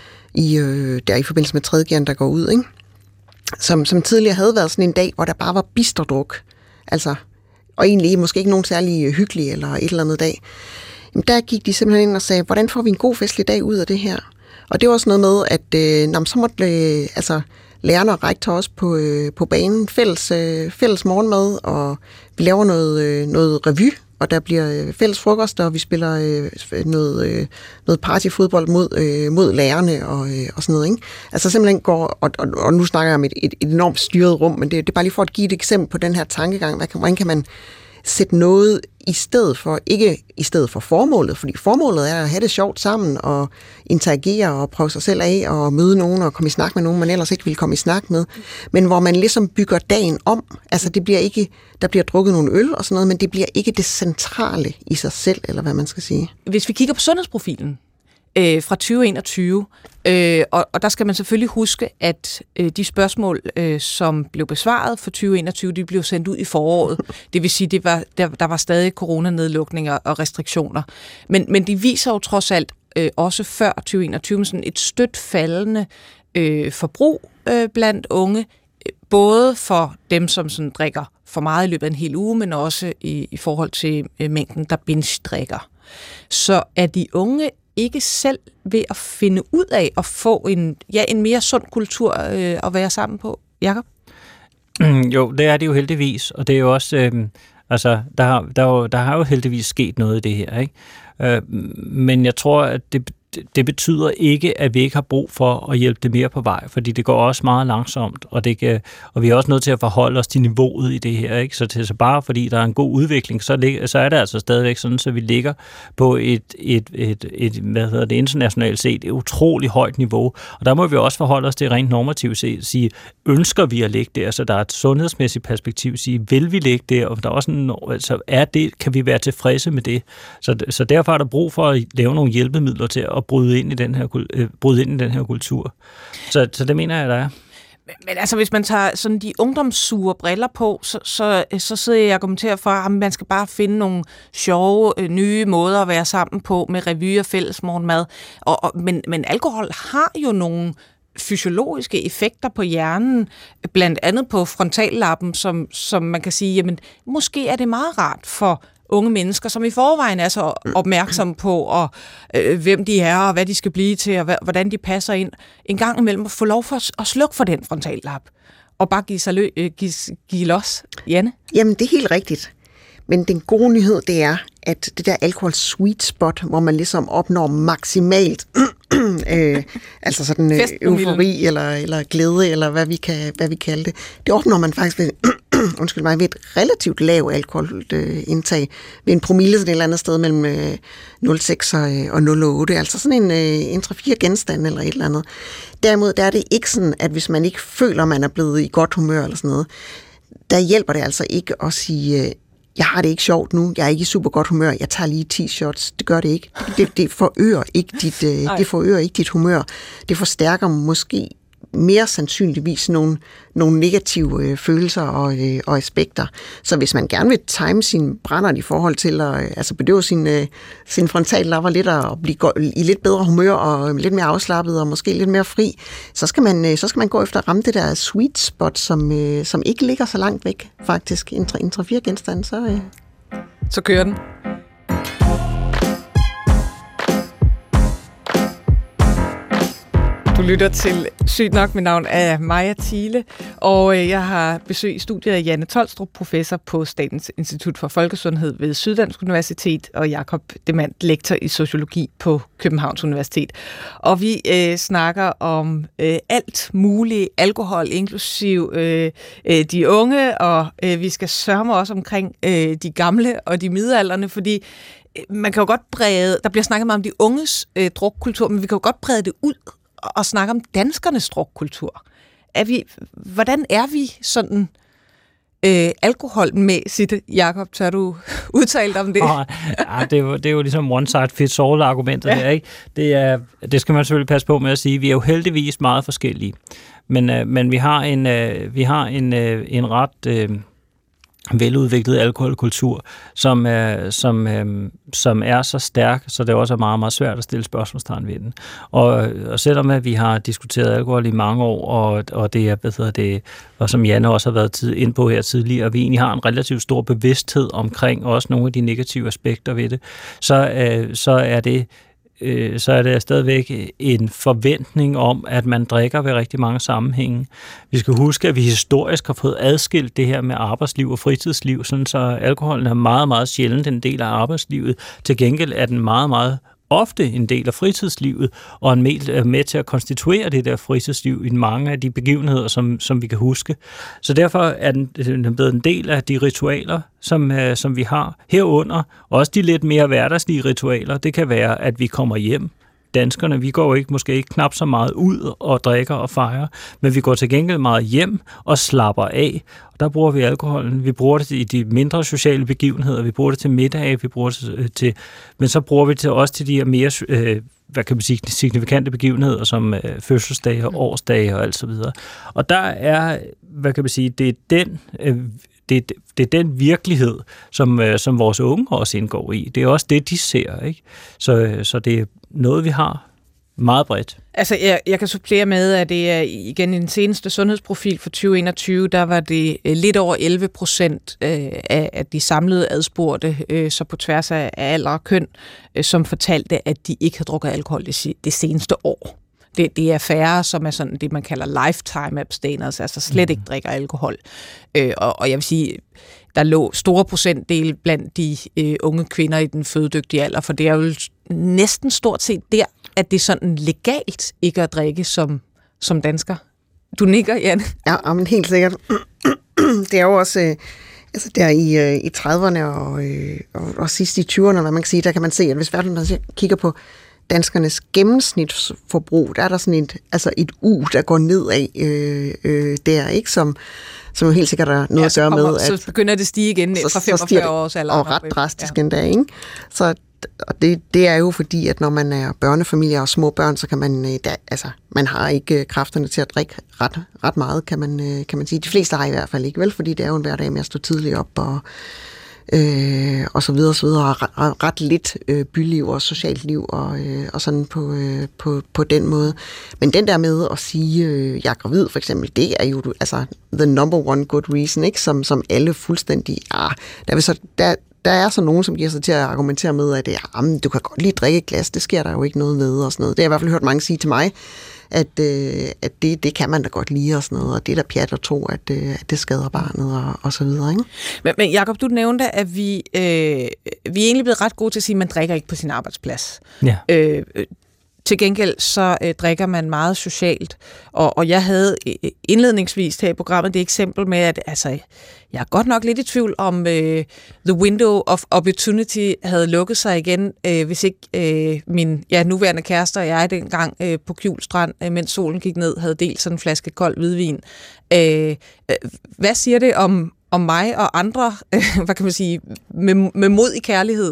der i forbindelse med 3. G'eren, der går ud, ikke? Som tidligere havde været sådan en dag, hvor der bare var bisterdruk. Altså, og egentlig måske ikke nogen særlig hyggelig eller et eller andet dag. Jamen, der gik de simpelthen ind og sagde, hvordan får vi en god festlig dag ud af det her? Og det var også noget med, at så måtte lærerne og rektor også på banen fælles morgenmad, og vi laver noget revy, og der bliver fælles frokost, og vi spiller noget partyfodbold mod lærerne og sådan noget, ikke? Altså simpelthen går, og nu snakker jeg om et enormt styret rum, men det er bare lige for at give et eksempel på den her tankegang. Hvordan kan man sætte noget i stedet for, ikke i stedet for formålet, fordi formålet er at have det sjovt sammen og interagere og prøve sig selv af og møde nogen og komme i snak med nogen, man ellers ikke ville komme i snak med, men hvor man ligesom bygger dagen om. Altså det bliver ikke, der bliver drukket nogle øl og sådan noget, men det bliver ikke det centrale i sig selv, eller hvad man skal sige. Hvis vi kigger på sundhedsprofilen fra 2021, og der skal man selvfølgelig huske, at de spørgsmål, som blev besvaret for 2021, de blev sendt ud i foråret. Det vil sige, der var stadig coronanedlukninger og restriktioner. Men de viser jo trods alt også før 2021 sådan et stødt faldende forbrug blandt unge, både for dem, som sådan drikker for meget i løbet af en hel uge, men også i forhold til mængden, der binge-drikker. Så er de unge ikke selv ved at finde ud af at få en mere sund kultur at være sammen på? Jakob? Jo, det er det jo heldigvis, og det er jo også, der har jo heldigvis sket noget i det her, ikke? Men jeg tror, at det betyder ikke, at vi ikke har brug for at hjælpe det mere på vej, fordi det går også meget langsomt, og vi er også nødt til at forholde os til niveauet i det her, ikke? Så bare fordi der er en god udvikling, så er det altså stadigvæk sådan, så vi ligger på et internationalt set et utroligt højt niveau, og der må vi også forholde os til rent normativt set, sige, ønsker vi at ligge der, så der er et sundhedsmæssigt perspektiv, sige, vil vi ligge der, og der er også kan vi være tilfredse med det, så derfor er der brug for at lave nogle hjælpemidler til at bryde ind i den her kultur. Så det mener jeg, der er. Men altså, hvis man tager sådan de ungdomssure briller på, så sidder jeg og argumenterer for, at man skal bare finde nogle sjove, nye måder at være sammen på med revy og fælles morgenmad. Men alkohol har jo nogle fysiologiske effekter på hjernen, blandt andet på frontallappen, som man kan sige, jamen, måske er det meget rart for unge mennesker, som i forvejen er så opmærksomme på, hvem de er, og hvad de skal blive til, og hvordan de passer ind, en gang imellem at få lov for at slukke for den frontallap, og bare give los. Janne? Jamen, det er helt rigtigt. Men den gode nyhed, det er, at det der alkohol sweet spot, hvor man ligesom opnår maksimalt altså sådan eufori eller glæde, eller hvad vi kalder det, det opnår man faktisk ved ved et relativt lavt alkoholindtag, ved en promille sådan et eller andet sted mellem 0,6 og 0,8, altså sådan en 3-4 genstande eller et eller andet. Derimod der er det ikke sådan, at hvis man ikke føler, man er blevet i godt humør eller sådan noget, der hjælper det altså ikke at sige, jeg har det ikke sjovt nu, jeg er ikke i super godt humør, jeg tager lige 10 shots. Det gør det ikke. Det forøger ikke dit humør. Det forstærker måske mere sandsynligvis nogle negative følelser og aspekter. Så hvis man gerne vil time sin brænder i forhold til at bedøve sin frontallapper lidt og blive i lidt bedre humør og lidt mere afslappet og måske lidt mere fri, så skal man gå efter at ramme det der sweet spot, som ikke ligger så langt væk faktisk. En 3-4 genstande, så kører den. Du lytter til Sygt nok, mit navn er Maja Thiele, og jeg har besøg i studiet af Janne Tolstrup, professor på Statens Institut for Folkesundhed ved Syddansk Universitet, og Jakob Demand, lektor i sociologi på Københavns Universitet. Og vi snakker om alt muligt alkohol, inklusiv de unge, og vi skal sørge også omkring de gamle og de midaldrende, fordi man kan jo godt der bliver snakket meget om de unges drukkultur, men vi kan jo godt brede det ud og snakke om danskernes drukkultur. Hvordan er vi sådan alkoholmæssigt. Jakob, tør du udtale dig om det? Det er jo ligesom one size fits all argumentet her, ikke? Det skal man selvfølgelig passe på med at sige. Vi er jo heldigvis meget forskellige. Men vi har en ret veludviklet alkoholkultur, som er så stærk, så det også er meget, meget svært at stille spørgsmålstegn ved den. Og selvom at vi har diskuteret alkohol i mange år, og det er, og som Janne også har været inde på her tidligere, og vi egentlig har en relativt stor bevidsthed omkring også nogle af de negative aspekter ved det, så er det stadigvæk en forventning om, at man drikker ved rigtig mange sammenhænge. Vi skal huske, at vi historisk har fået adskilt det her med arbejdsliv og fritidsliv, sådan så alkoholen er meget, meget sjældent en del af arbejdslivet. Til gengæld er den meget, meget ofte en del af fritidslivet, og er med til at konstituere det der fritidsliv i mange af de begivenheder, som vi kan huske. Så derfor er den blevet en del af de ritualer, som vi har herunder. Også de lidt mere hverdagslige ritualer. Det kan være, at vi kommer hjem. Danskerne, vi går måske ikke knap så meget ud og drikker og fejrer, men vi går til gengæld meget hjem og slapper af. Og der bruger vi alkoholen. Vi bruger det i de mindre sociale begivenheder. Vi bruger det til middag. Vi bruger det til, men så bruger vi det også til de her mere signifikante begivenheder, som fødselsdage og årsdage og alt så videre. Og der er, det er den virkelighed, som vores unge også indgår i. Det er også det, de ser, ikke? Så det er noget, vi har meget bredt. Altså, jeg kan supplere med, at det er igen i den seneste sundhedsprofil for 2021, der var det lidt over 11% af de samlede adspurgte, så på tværs af alder og køn, som fortalte, at de ikke havde drukket alkohol det seneste år. Det er færre, som er sådan det, man kalder lifetime abstinence, altså slet ikke drikker alkohol. Og jeg vil sige, der lå store procentdel blandt de unge kvinder i den fødedygtige alder, for det er jo næsten stort set der, at det er sådan legalt ikke at drikke som dansker. Du nikker, Janne? Ja, men helt sikkert. Det er jo også der i 30'erne og sidst i 20'erne, hvad man kan sige, der kan man se, at hvis man kigger på danskernes gennemsnitsforbrug, der er der sådan et der går nedad der, ikke? Som jo helt sikkert er noget at gøre med, at så begynder det at stige igen fra 45 års alder. Og ret drastisk endda, ikke? Så det er jo fordi, at når man er børnefamilie og små børn, så kan man, man har ikke kræfterne til at drikke ret meget, kan man sige. De fleste har i hvert fald ikke, vel? Fordi det er jo en hverdag med at stå tidligt op og så videre, og ret lidt byliv og socialt liv og sådan på den måde. Men den der med at sige, jeg er gravid for eksempel, det er jo the number one good reason, ikke? Som alle fuldstændig, der er så nogen, som giver sig til at argumentere med, at du kan godt lige drikke et glas, det sker der jo ikke noget ved og sådan noget. Det har jeg i hvert fald hørt mange sige til mig, at det kan man da godt lide og sådan noget, og det er da pjat at tro, at det skader barnet og så videre, ikke? Men Jakob, du nævnte, at vi er egentlig blevet ret gode til at sige, at man drikker ikke på sin arbejdsplads. Ja. Til gengæld så drikker man meget socialt, og jeg havde indledningsvis her i programmet det eksempel med, at jeg er godt nok lidt i tvivl om the window of opportunity havde lukket sig igen, hvis ikke min nuværende kæreste og jeg dengang på Kjul Strand, mens solen gik ned, havde delt sådan en flaske kold hvidvin. Hvad siger det om mig og andre, hvad kan man sige, med mod i kærlighed?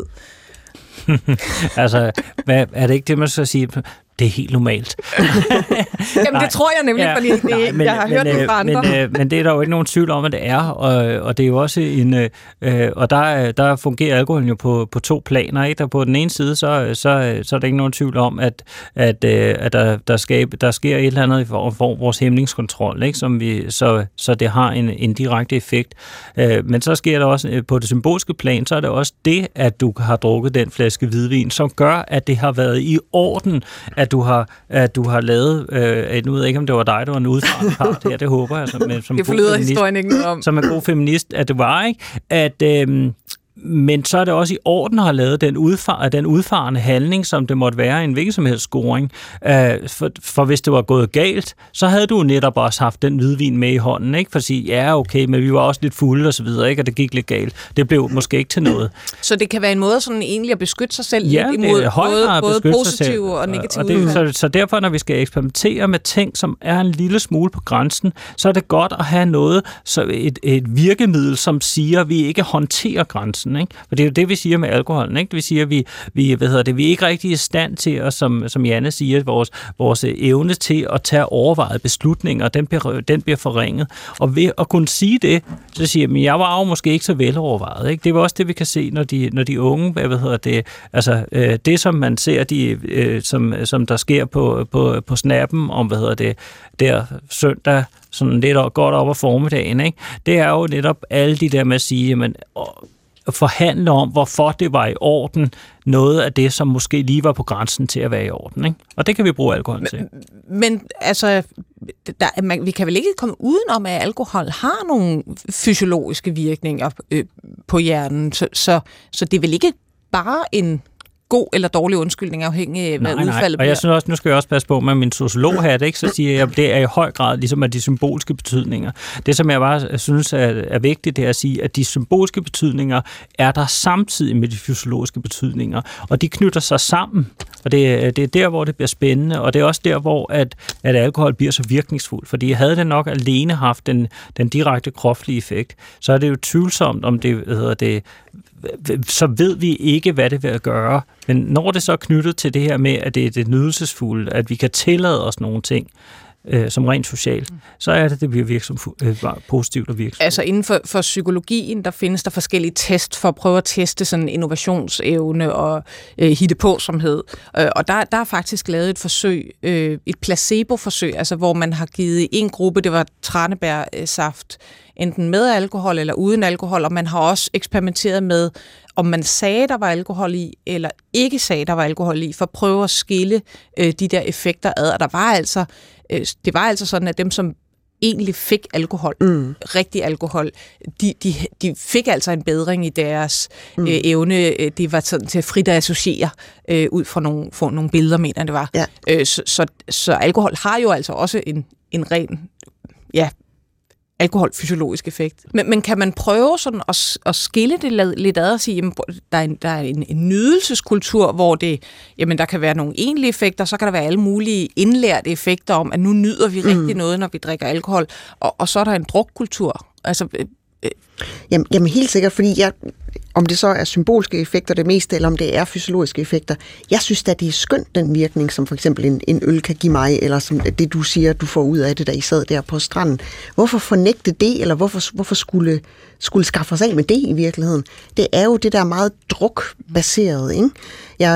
Er det ikke det, man skal sige? Det er helt normalt. Jamen, det tror jeg nemlig, fordi jeg har hørt det fra andre. Men det er der jo ikke nogen tvivl om, at det er, og det er jo også og der fungerer alkoholen jo på to planer, ikke? Der på den ene side, så er der ikke nogen tvivl om, at der sker et eller andet i vores hæmningskontrol, ikke? Så det har en direkte effekt. Men så sker der også på det symbolske plan, så er det også det, at du har drukket den flaske hvidvin, som gør, at det har været i orden, at du har lavet, nu ved jeg ikke, om det var dig, der var en udfarende part her, det håber jeg, som det forlyder historien ikke noget om. Som en god feminist, at det var, ikke? Men så er det også i orden at have lavet den udfarende handling, som det måtte være i en hvilken som helst scoring. For hvis det var gået galt, så havde du netop også haft den hvidvin med i hånden, ikke? For at sige, ja, okay, men vi var også lidt fulde og så videre, ikke? Og det gik lidt galt. Det blev måske ikke til noget. Så det kan være en måde sådan egentlig at beskytte sig selv lidt imod både positive og negative udfald. Så derfor, når vi skal eksperimentere med ting, som er en lille smule på grænsen, så er det godt at have noget, så et virkemiddel, som siger, at vi ikke håndterer grænsen. Ikke? For det er jo det, vi siger med alkoholen. Ikke? Vi siger, at vi er ikke rigtig i stand til, og som Janne siger, vores evne til at tage overvejede beslutninger, den bliver forringet. Og ved at kunne sige det, så siger jeg, jeg var jo måske ikke så velovervejet. Ikke? Det er også det, vi kan se, når de unge, det som man ser, som der sker på snappen om, der søndag, sådan lidt godt op ad formiddagen, ikke? Det er jo netop alle de der med at sige, at forhandle om, hvorfor det var i orden, noget af det, som måske lige var på grænsen til at være i orden. Ikke? Og det kan vi bruge alkohol til. Men altså, vi kan vel ikke komme udenom, at alkohol har nogle fysiologiske virkninger på hjernen, så det er vel ikke bare en god eller dårlig undskyldning afhængig af, hvad udfaldet bliver. Og jeg synes også, nu skal jeg også passe på med min sociolog-hat, ikke? Så siger jeg, at det er i høj grad ligesom af de symbolske betydninger. Det, som jeg bare synes er vigtigt, det er at sige, at de symbolske betydninger er der samtidig med de fysiologiske betydninger, og de knytter sig sammen. Og det er der, hvor det bliver spændende, og det er også der, hvor at alkohol bliver så virkningsfuld. Fordi havde det nok alene haft den direkte kropslige effekt, så er det jo tvivlsomt, om det så ved vi ikke, hvad det vil gøre. Men når det så er knyttet til det her med, at det er det nydelsesfulde, at vi kan tillade os nogle ting, som rent socialt, så er det bliver positivt og virksomt. Altså inden for psykologien, der findes der forskellige test for at prøve at teste sådan innovationsevne og hittepåsomhed. Og der er faktisk lavet et forsøg, et placebo-forsøg, altså hvor man har givet en gruppe, det var tranebærsaft, enten med alkohol eller uden alkohol, og man har også eksperimenteret med, om man sagde, der var alkohol i, eller ikke sagde, der var alkohol i, for at prøve at skille de der effekter ad. Og det var altså sådan, at dem, som egentlig fik alkohol, rigtig alkohol, de fik altså en bedring i deres evne. Det var sådan til at frit at associere ud fra nogle billeder, mener det var. Ja. Så alkohol har jo altså også en ren, alkoholfysiologisk effekt. Men kan man prøve sådan at skille det lidt ad og sige, at der er en nydelseskultur, hvor der kan være nogle egentlige effekter, så kan der være alle mulige indlærte effekter om, at nu nyder vi rigtig noget, når vi drikker alkohol, og så er der en drukkultur. Altså, Jamen helt sikkert, fordi om det så er symbolske effekter det meste, eller om det er fysiologiske effekter. Jeg synes da, det er skønt, den virkning, som for eksempel en øl kan give mig, eller som det, du siger, du får ud af det, da I sad der på stranden. Hvorfor fornægte det, eller hvorfor skulle skaffe os af med det i virkeligheden? Det er jo det der meget drukbaseret, ikke? Jeg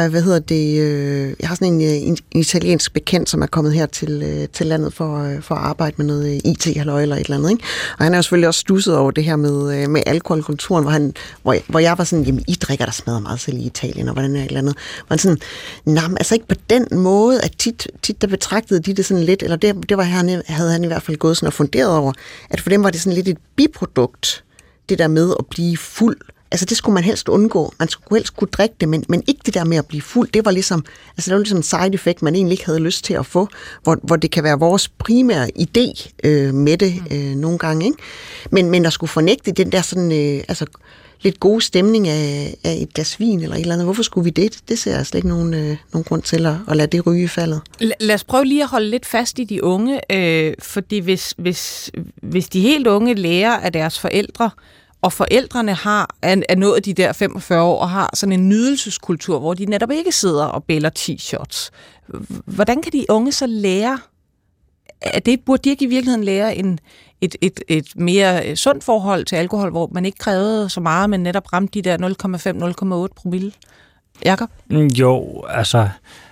har sådan en italiensk bekendt, som er kommet her til landet for at arbejde med noget IT-halløj eller et eller andet, ikke? Og han er jo selvfølgelig også stusset over det her med alkoholkulturen, hvor jeg var sådan, jamen I drikker der smadrer meget selv i Italien, og hvordan er et eller andet. Man sådan, altså ikke på den måde, at tit der betragtede de det sådan lidt, eller det var havde han i hvert fald gået sådan og funderet over, at for dem var det sådan lidt et biprodukt, det der med at blive fuld. Altså det skulle man helst undgå. Man skulle helst kunne drikke det, men ikke det der med at blive fuld. Det var ligesom en side effect, man egentlig ikke havde lyst til at få, hvor det kan være vores primære idé med det nogle gange. Ikke? Men at skulle fornægte den der sådan, lidt gode stemning af et glas vin eller et eller andet. Hvorfor skulle vi det? Det ser jeg slet ikke nogen grund til at lade det ryge i faldet. Lad os prøve lige at holde lidt fast i de unge, fordi hvis de helt unge lærer af deres forældre, og forældrene er nået de der 45 år og har sådan en nydelseskultur, hvor de netop ikke sidder og bæller 10 shots. Hvordan kan de unge så lære? Burde de ikke i virkeligheden lære et mere sundt forhold til alkohol, hvor man ikke krævede så meget, men netop ramte de der 0,5-0,8 promille? Jakob? Jo, altså...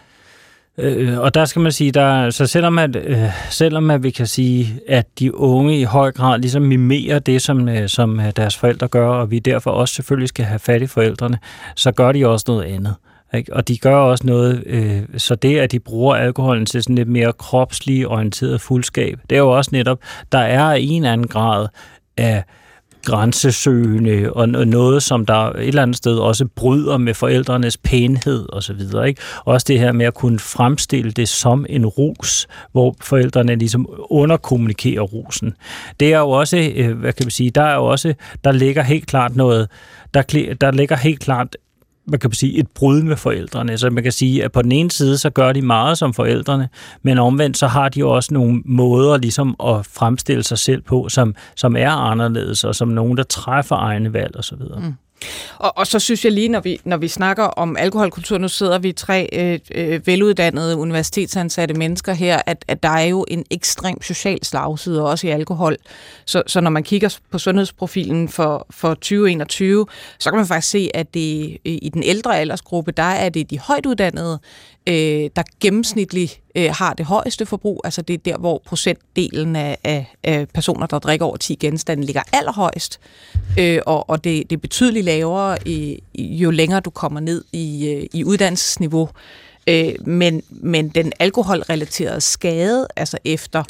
Og der skal man sige, så selvom at vi kan sige, at de unge i høj grad ligesom mimerer det, som deres forældre gør, og vi derfor også selvfølgelig skal have fat i forældrene, så gør de også noget andet. Ikke? Og de gør også noget, så det, at de bruger alkoholen til sådan lidt mere kropslig orienteret fuldskab, det er jo også netop, der er en anden grad af grænsesøgende og noget, som der et eller andet sted også bryder med forældrenes pænhed og så videre, ikke? Også det her med at kunne fremstille det som en rus, hvor forældrene ligesom underkommunikerer rusen. Det er jo også, hvad kan man sige, der ligger helt klart noget, der ligger helt klart, man kan sige, et brud med forældrene. Så man kan sige, at på den ene side, så gør de meget som forældrene, men omvendt, så har de også nogle måder ligesom at fremstille sig selv på, som er anderledes, og som nogen, der træffer egne valg og så videre. Mm. Og så synes jeg lige, når vi snakker om alkoholkultur, nu sidder vi 3 veluddannede universitetsansatte mennesker her, at der er jo en ekstrem social slagside også i alkohol. Så når man kigger på sundhedsprofilen for 2021, så kan man faktisk se, at det i den ældre aldersgruppe, der er det de højtuddannede, der gennemsnitligt har det højeste forbrug. Altså det er der, hvor procentdelen af personer, der drikker over 10 genstande, ligger allerhøjst. Og det er betydeligt lavere, jo længere du kommer ned i uddannelsesniveau. Men den alkoholrelaterede skade, altså efter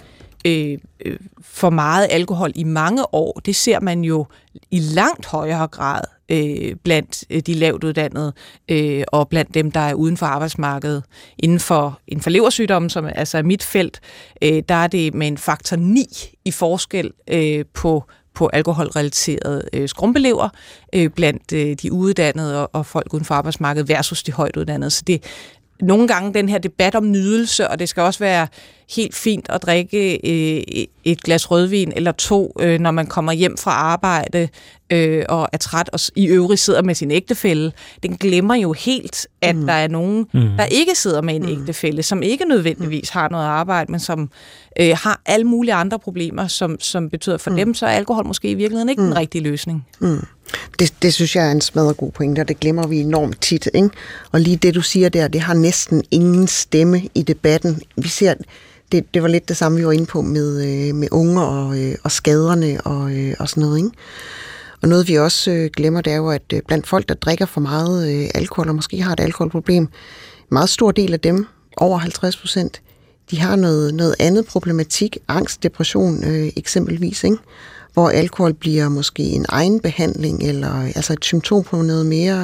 for meget alkohol i mange år, det ser man jo i langt højere grad blandt de lavt uddannede og blandt dem, der er uden for arbejdsmarkedet. Inden for leversygdomme, som altså er mit felt, der er det med en faktor 9 i forskel på alkoholrelaterede skrumpelever blandt de uuddannede og folk uden for arbejdsmarkedet versus de højt uddannede. Så det nogle gange den her debat om nydelse, og det skal også være helt fint at drikke et glas rødvin eller 2, når man kommer hjem fra arbejde og er træt og i øvrigt sidder med sin ægtefælle. Den glemmer jo helt, at der er nogen, der ikke sidder med en ægtefælle, som ikke nødvendigvis har noget arbejde, men som har alle mulige andre problemer, som betyder for dem, så er alkohol måske i virkeligheden ikke den rigtige løsning. Det synes jeg er en smadret god pointe, og det glemmer vi enormt tit, ikke? Og lige det, du siger der, det har næsten ingen stemme i debatten. Vi ser, det var lidt det samme, vi var inde på med unge og skaderne og sådan noget, ikke? Og noget, vi også glemmer, det er jo, at blandt folk, der drikker for meget alkohol, og måske har et alkoholproblem, en meget stor del af dem, over 50%, de har noget andet problematik, angst, depression eksempelvis, ikke? Hvor alkohol bliver måske en egen behandling, eller altså et symptom på noget mere,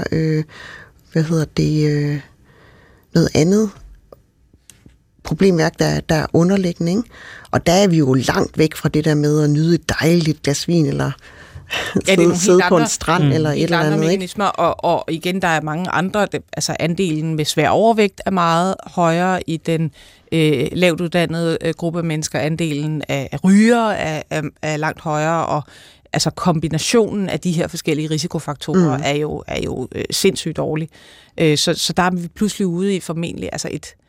noget andet problemværk, der er underliggende, ikke? Og der er vi jo langt væk fra det der med at nyde et dejligt glas vin, eller sidde på en strand, eller et eller andet, mekanismer, og igen, der er mange andre, altså andelen med svær overvægt er meget højere i den lavt uddannede gruppe af mennesker, andelen af rygere er langt højere, og altså kombinationen af de her forskellige risikofaktorer er jo sindssygt dårlig. Så der er vi pludselig ude i formentlig altså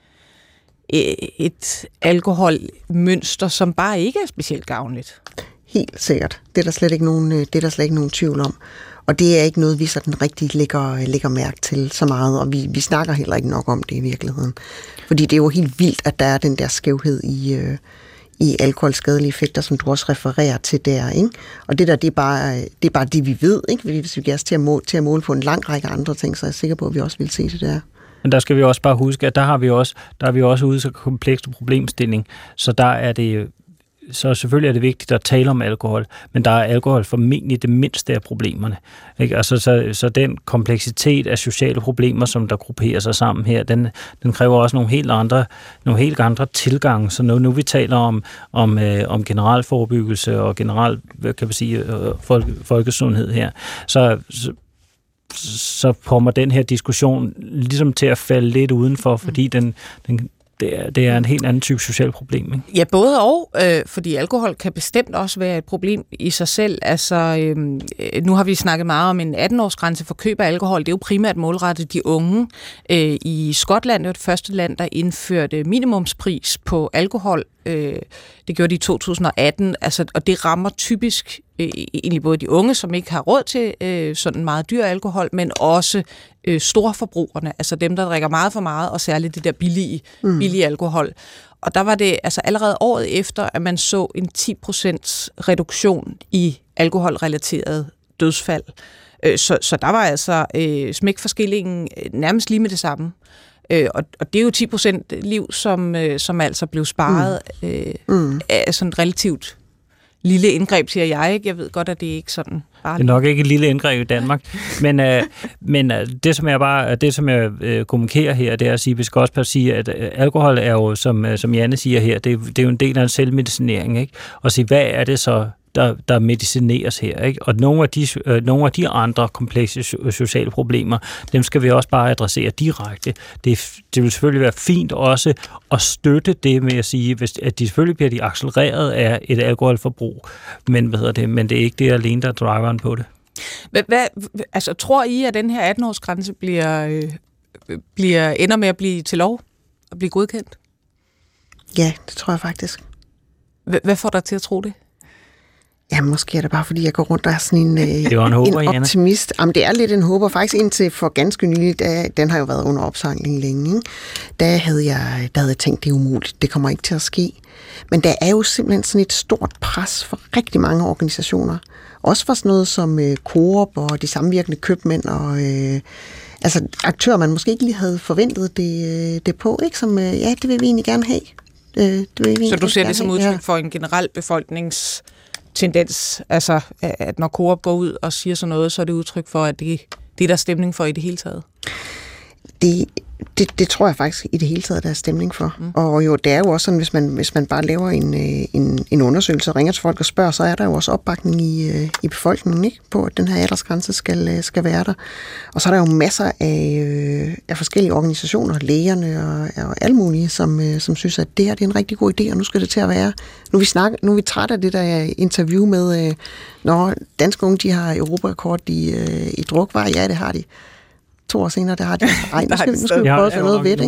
et alkoholmønster, som bare ikke er specielt gavnligt. Helt sikkert. Det er der slet ikke nogen tvivl om. Og det er ikke noget, vi sådan rigtig lægger mærke til så meget, og vi snakker heller ikke nok om det i virkeligheden. Fordi det er jo helt vildt, at der er den der skævhed i alkoholskadelige effekter, som du også refererer til der, ikke? Og det der, det er bare det, vi ved, ikke? Fordi hvis vi giver os til at måle på en lang række andre ting, så er jeg sikker på, at vi også vil se det der. Men der skal vi også bare huske, at der er vi også ude så kompleks problemstilling, så der er det. Så selvfølgelig er det vigtigt at tale om alkohol, men der er alkohol formentlig det mindste af problemerne. Ikke? Altså, så den kompleksitet af sociale problemer, som der grupperer sig sammen her, den kræver også nogle helt andre tilgange. Så nu vi taler om generel forebyggelse og generel, hvad kan man sige, folkesundhed her, så kommer den her diskussion ligesom til at falde lidt udenfor, fordi det er en helt anden type socialt problem, ikke? Ja, både og, fordi alkohol kan bestemt også være et problem i sig selv. Altså, nu har vi snakket meget om en 18-årsgrænse for køb af alkohol. Det er jo primært målrettet de unge. I Skotland det var det første land, der indførte minimumspris på alkohol. Det gjorde de i 2018, altså, og det rammer typisk egentlig både de unge, som ikke har råd til sådan meget dyr alkohol, men også storforbrugerne, altså dem, der drikker meget for meget, og særligt det der billige alkohol. Og der var det altså allerede året efter, at man så en 10% reduktion i alkoholrelateret dødsfald. Så der var altså smæk for skillingen nærmest lige med det samme. Og det er jo 10% liv, som altså blev sparet af sådan relativt lille indgreb, siger jeg ikke. Jeg ved godt, at det ikke sådan bare... Det er nok ikke et lille indgreb i Danmark, men det, som jeg kommunikerer her, det er at sige, vi skal også sige, at alkohol er jo, som Janne siger her, det er jo en del af en selvmedicinering, ikke? Og sige, hvad er det så, der medicineres her, ikke? Og nogle af de andre komplekse sociale problemer, dem skal vi også bare adressere direkte. Det vil selvfølgelig være fint også at støtte det med at sige, at de selvfølgelig bliver accelereret af et alkoholforbrug, men men det er ikke det alene, der er driveren på det. Altså, tror I, at den her 18-årsgrænse ender med at blive til lov og blive godkendt? Ja, det tror jeg faktisk. Hvad får dig til at tro det? Ja, måske er det bare, fordi jeg går rundt og er sådan en optimist. Jamen, det er lidt en håber. Faktisk indtil for ganske nylig, den har jo været under opsejling længe, ikke? Der havde jeg tænkt, det er umuligt. Det kommer ikke til at ske. Men der er jo simpelthen sådan et stort pres for rigtig mange organisationer. Også for sådan noget som Coop og de samvirkende købmænd og aktører, man måske ikke lige havde forventet det på, ikke? Som, det vil vi egentlig gerne have. Så du ser det som udtryk for en generel befolkningstendens, altså at når Coop går ud og siger sådan noget, så er det udtryk for, at det er der stemning for i det hele taget? Det tror jeg faktisk i det hele taget, der er stemning for. Og jo, det er jo også sådan, hvis man bare laver en undersøgelse og ringer til folk og spørger, så er der jo også opbakning i befolkningen, ikke? På, at den her aldersgrænse skal være der. Og så er der jo masser af forskellige organisationer, lægerne og alle mulige, som synes, at det her det er en rigtig god idé, og nu skal det til at være. Nu er vi trætte af det der interview med, når danske unge de har europarekord i drukvarer. Ja, det har de. 2 år senere, der har de... Ej, nu skal vi prøve at få noget ved det,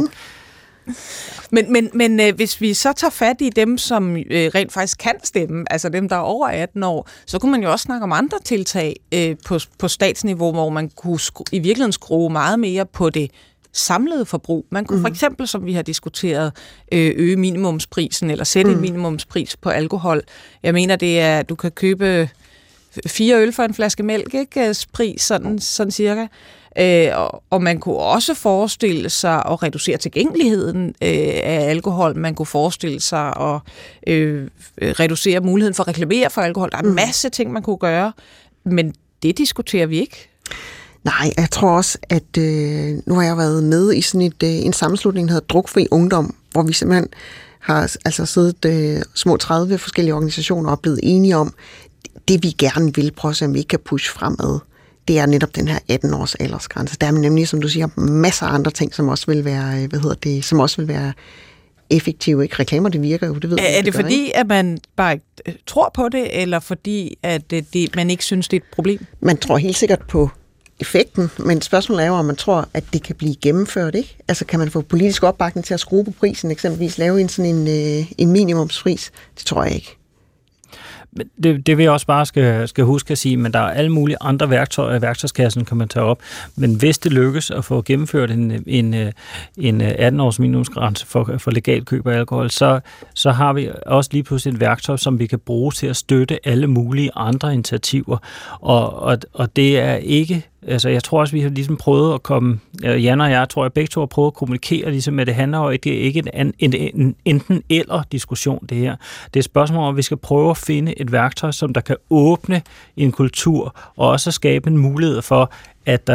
ikke? Men hvis vi så tager fat i dem, som rent faktisk kan stemme, altså dem, der er over 18 år, så kunne man jo også snakke om andre tiltag på statsniveau, hvor man kunne i virkeligheden skrue meget mere på det samlede forbrug. Man kunne for eksempel, som vi har diskuteret, øge minimumsprisen, eller sætte en minimumspris på alkohol. Jeg mener, det er, du kan købe 4 øl for en flaske mælk, ikke? Pris, sådan cirka. Og man kunne også forestille sig at reducere tilgængeligheden af alkohol. Man kunne forestille sig at reducere muligheden for at reklamere for alkohol. Der er en masse ting, man kunne gøre, men det diskuterer vi ikke. Nej, jeg tror også, at nu har jeg været med i sådan en sammenslutning, der hedder Drukfri Ungdom, hvor vi simpelthen har siddet små 30 forskellige organisationer og blevet enige om, det vi gerne vil prøve, så vi ikke kan pushe fremad. Det er netop den her 18-års aldersgrænse. Der er nemlig, som du siger, masser af andre ting, som også vil være, som også vil være effektive. Ikke? Reklamer, det virker jo, det ved man. Er det fordi, at man bare ikke tror på det, eller fordi, at man ikke synes, det er et problem? Man tror helt sikkert på effekten, men spørgsmålet er jo, om man tror, at det kan blive gennemført, ikke? Altså, kan man få politisk opbakning til at skrue på prisen, eksempelvis lave en minimumspris? Det tror jeg ikke. Det vil jeg også bare skal huske at sige, men der er alle mulige andre værktøjer i værktøjskassen, kan man tage op. Men hvis det lykkes at få gennemført en 18-års minimumsgrænse for legal køb af alkohol, så har vi også lige pludselig et værktøj, som vi kan bruge til at støtte alle mulige andre initiativer. Og det er ikke... Altså, jeg tror også, vi har ligesom prøvet at komme... Jan og jeg tror, at begge to har prøvet at kommunikere, ligesom, at det handler jo ikke en enten-eller-diskussion, det her. Det er et spørgsmål om, at vi skal prøve at finde et værktøj, som der kan åbne en kultur, og også skabe en mulighed for, at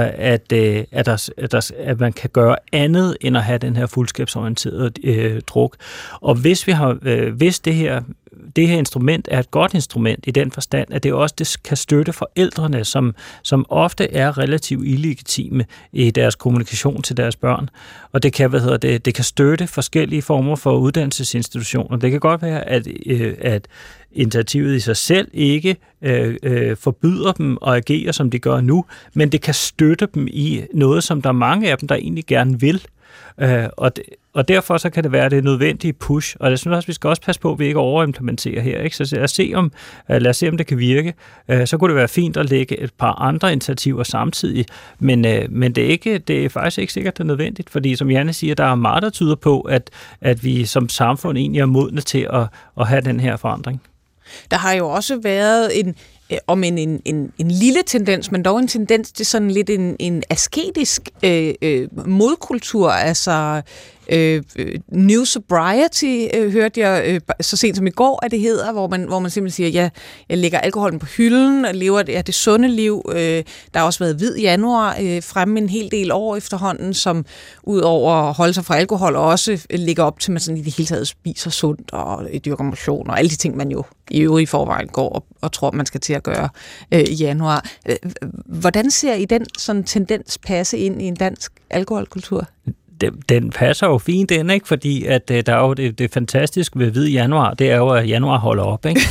man kan gøre andet, end at have den her fuldskabsorienterede druk. Og hvis det her instrument er et godt instrument i den forstand, at det også det kan støtte forældrene, som ofte er relativt illegitime i deres kommunikation til deres børn. Og det kan, det kan støtte forskellige former for uddannelsesinstitutioner. Det kan godt være, at initiativet i sig selv ikke forbyder dem at agere, som de gør nu, men det kan støtte dem i noget, som der er mange af dem, der egentlig gerne vil. Og derfor så kan det være det nødvendige push, og jeg synes også, vi skal også passe på, at vi ikke overimplementerer her. Ikke? Så lad os se, om det kan virke. Så kunne det være fint at lægge et par andre initiativer samtidig, men det er faktisk ikke sikkert, det er nødvendigt, fordi som Janne siger, der er meget, der tyder på, at vi som samfund egentlig er modne til at have den her forandring. Der har jo også været en lille tendens, men dog en tendens til sådan lidt en asketisk modkultur, altså New Sobriety, hørte jeg så sent som i går, at det hedder, hvor man simpelthen siger, ja, jeg lægger alkoholen på hylden og lever det sunde liv. Der har også været Hvid Januar fremme en hel del år efterhånden, som ud over at holde sig fra alkohol også ligger op til, at man sådan i det hele taget spiser sundt og dyrker motion og alle de ting, man jo i øvrigt i forvejen går og tror, man skal til at gøre i januar. Hvordan ser I den sådan tendens passe ind i en dansk alkoholkultur? Den passer jo fint ind, ikke? Fordi at der er jo det fantastiske ved Hvid Januar, det er jo, at januar holder op, ikke?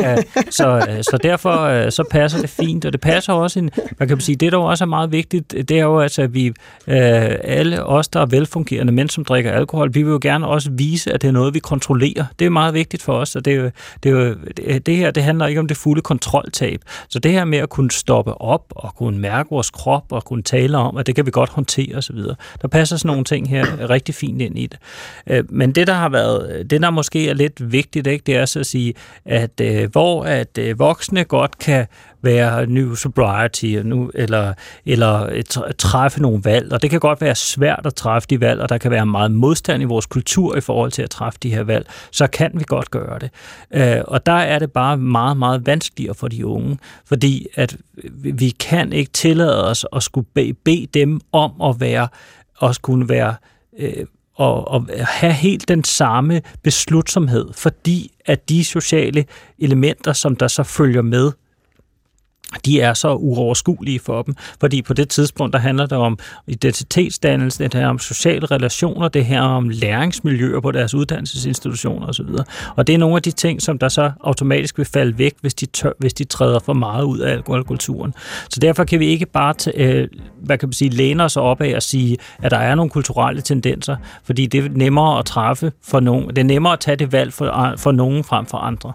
Så derfor så passer det fint, og det passer også man kan sige, det der også er meget vigtigt, det er jo altså, at vi alle os, der er velfungerende mænd, som drikker alkohol, vi vil jo gerne også vise, at det er noget, vi kontrollerer. Det er meget vigtigt for os, og det her, det handler ikke om det fulde kontroltab. Så det her med at kunne stoppe op og kunne mærke vores krop og kunne tale om, at det kan vi godt håndtere osv. Der passer sådan nogle ting her rigtig fint ind i det. Men det der måske er lidt vigtigt, ikke, det er så at sige, at hvor voksne godt kan være New Sobriety eller træffe nogle valg, og det kan godt være svært at træffe de valg, og der kan være meget modstand i vores kultur i forhold til at træffe de her valg, så kan vi godt gøre det. Og der er det bare meget, meget vanskeligere for de unge, fordi at vi kan ikke tillade os at skulle bede dem om at være også kunne være og have helt den samme beslutsomhed, fordi at de sociale elementer, som der så følger med, de er så uoverskuelige for dem, fordi på det tidspunkt, der handler det om identitetsdannelse, det her om sociale relationer, det her om læringsmiljøer på deres uddannelsesinstitutioner osv. Og det er nogle af de ting, som der så automatisk vil falde væk, hvis de træder for meget ud af alkoholkulturen. Så derfor kan vi ikke bare læne os op af og sige, at der er nogle kulturelle tendenser, fordi det er nemmere at træffe for nogen. Det er nemmere at tage det valg for nogen frem for andre.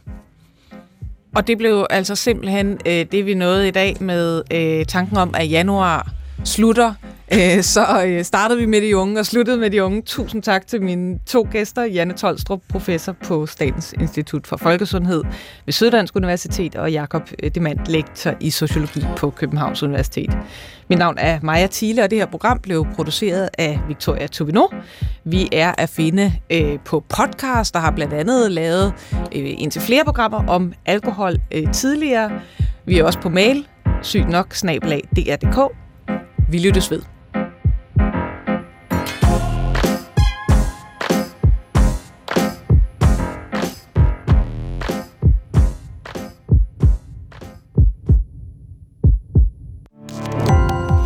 Og det blev altså simpelthen det, vi nåede i dag med tanken om, at januar slutter. Så startede vi med de unge og sluttede med de unge. Tusind tak til mine to gæster, Janne Tolstrup, professor på Statens Institut for Folkesundhed ved Syddansk Universitet, og Jakob Demand, lektor i sociologi på Københavns Universitet. Mit navn er Maja Thiele, og det her program blev produceret af Victoria Tobino. Vi er at finde på podcast, der har blandt andet lavet indtil flere programmer om alkohol tidligere. Vi er også på mail, sygnok@dr.dk. Vi lyttes ved.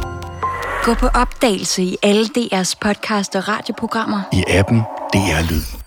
Gå på opdagelse i alle DR's podcast og radioprogrammer. I appen DR Lyd.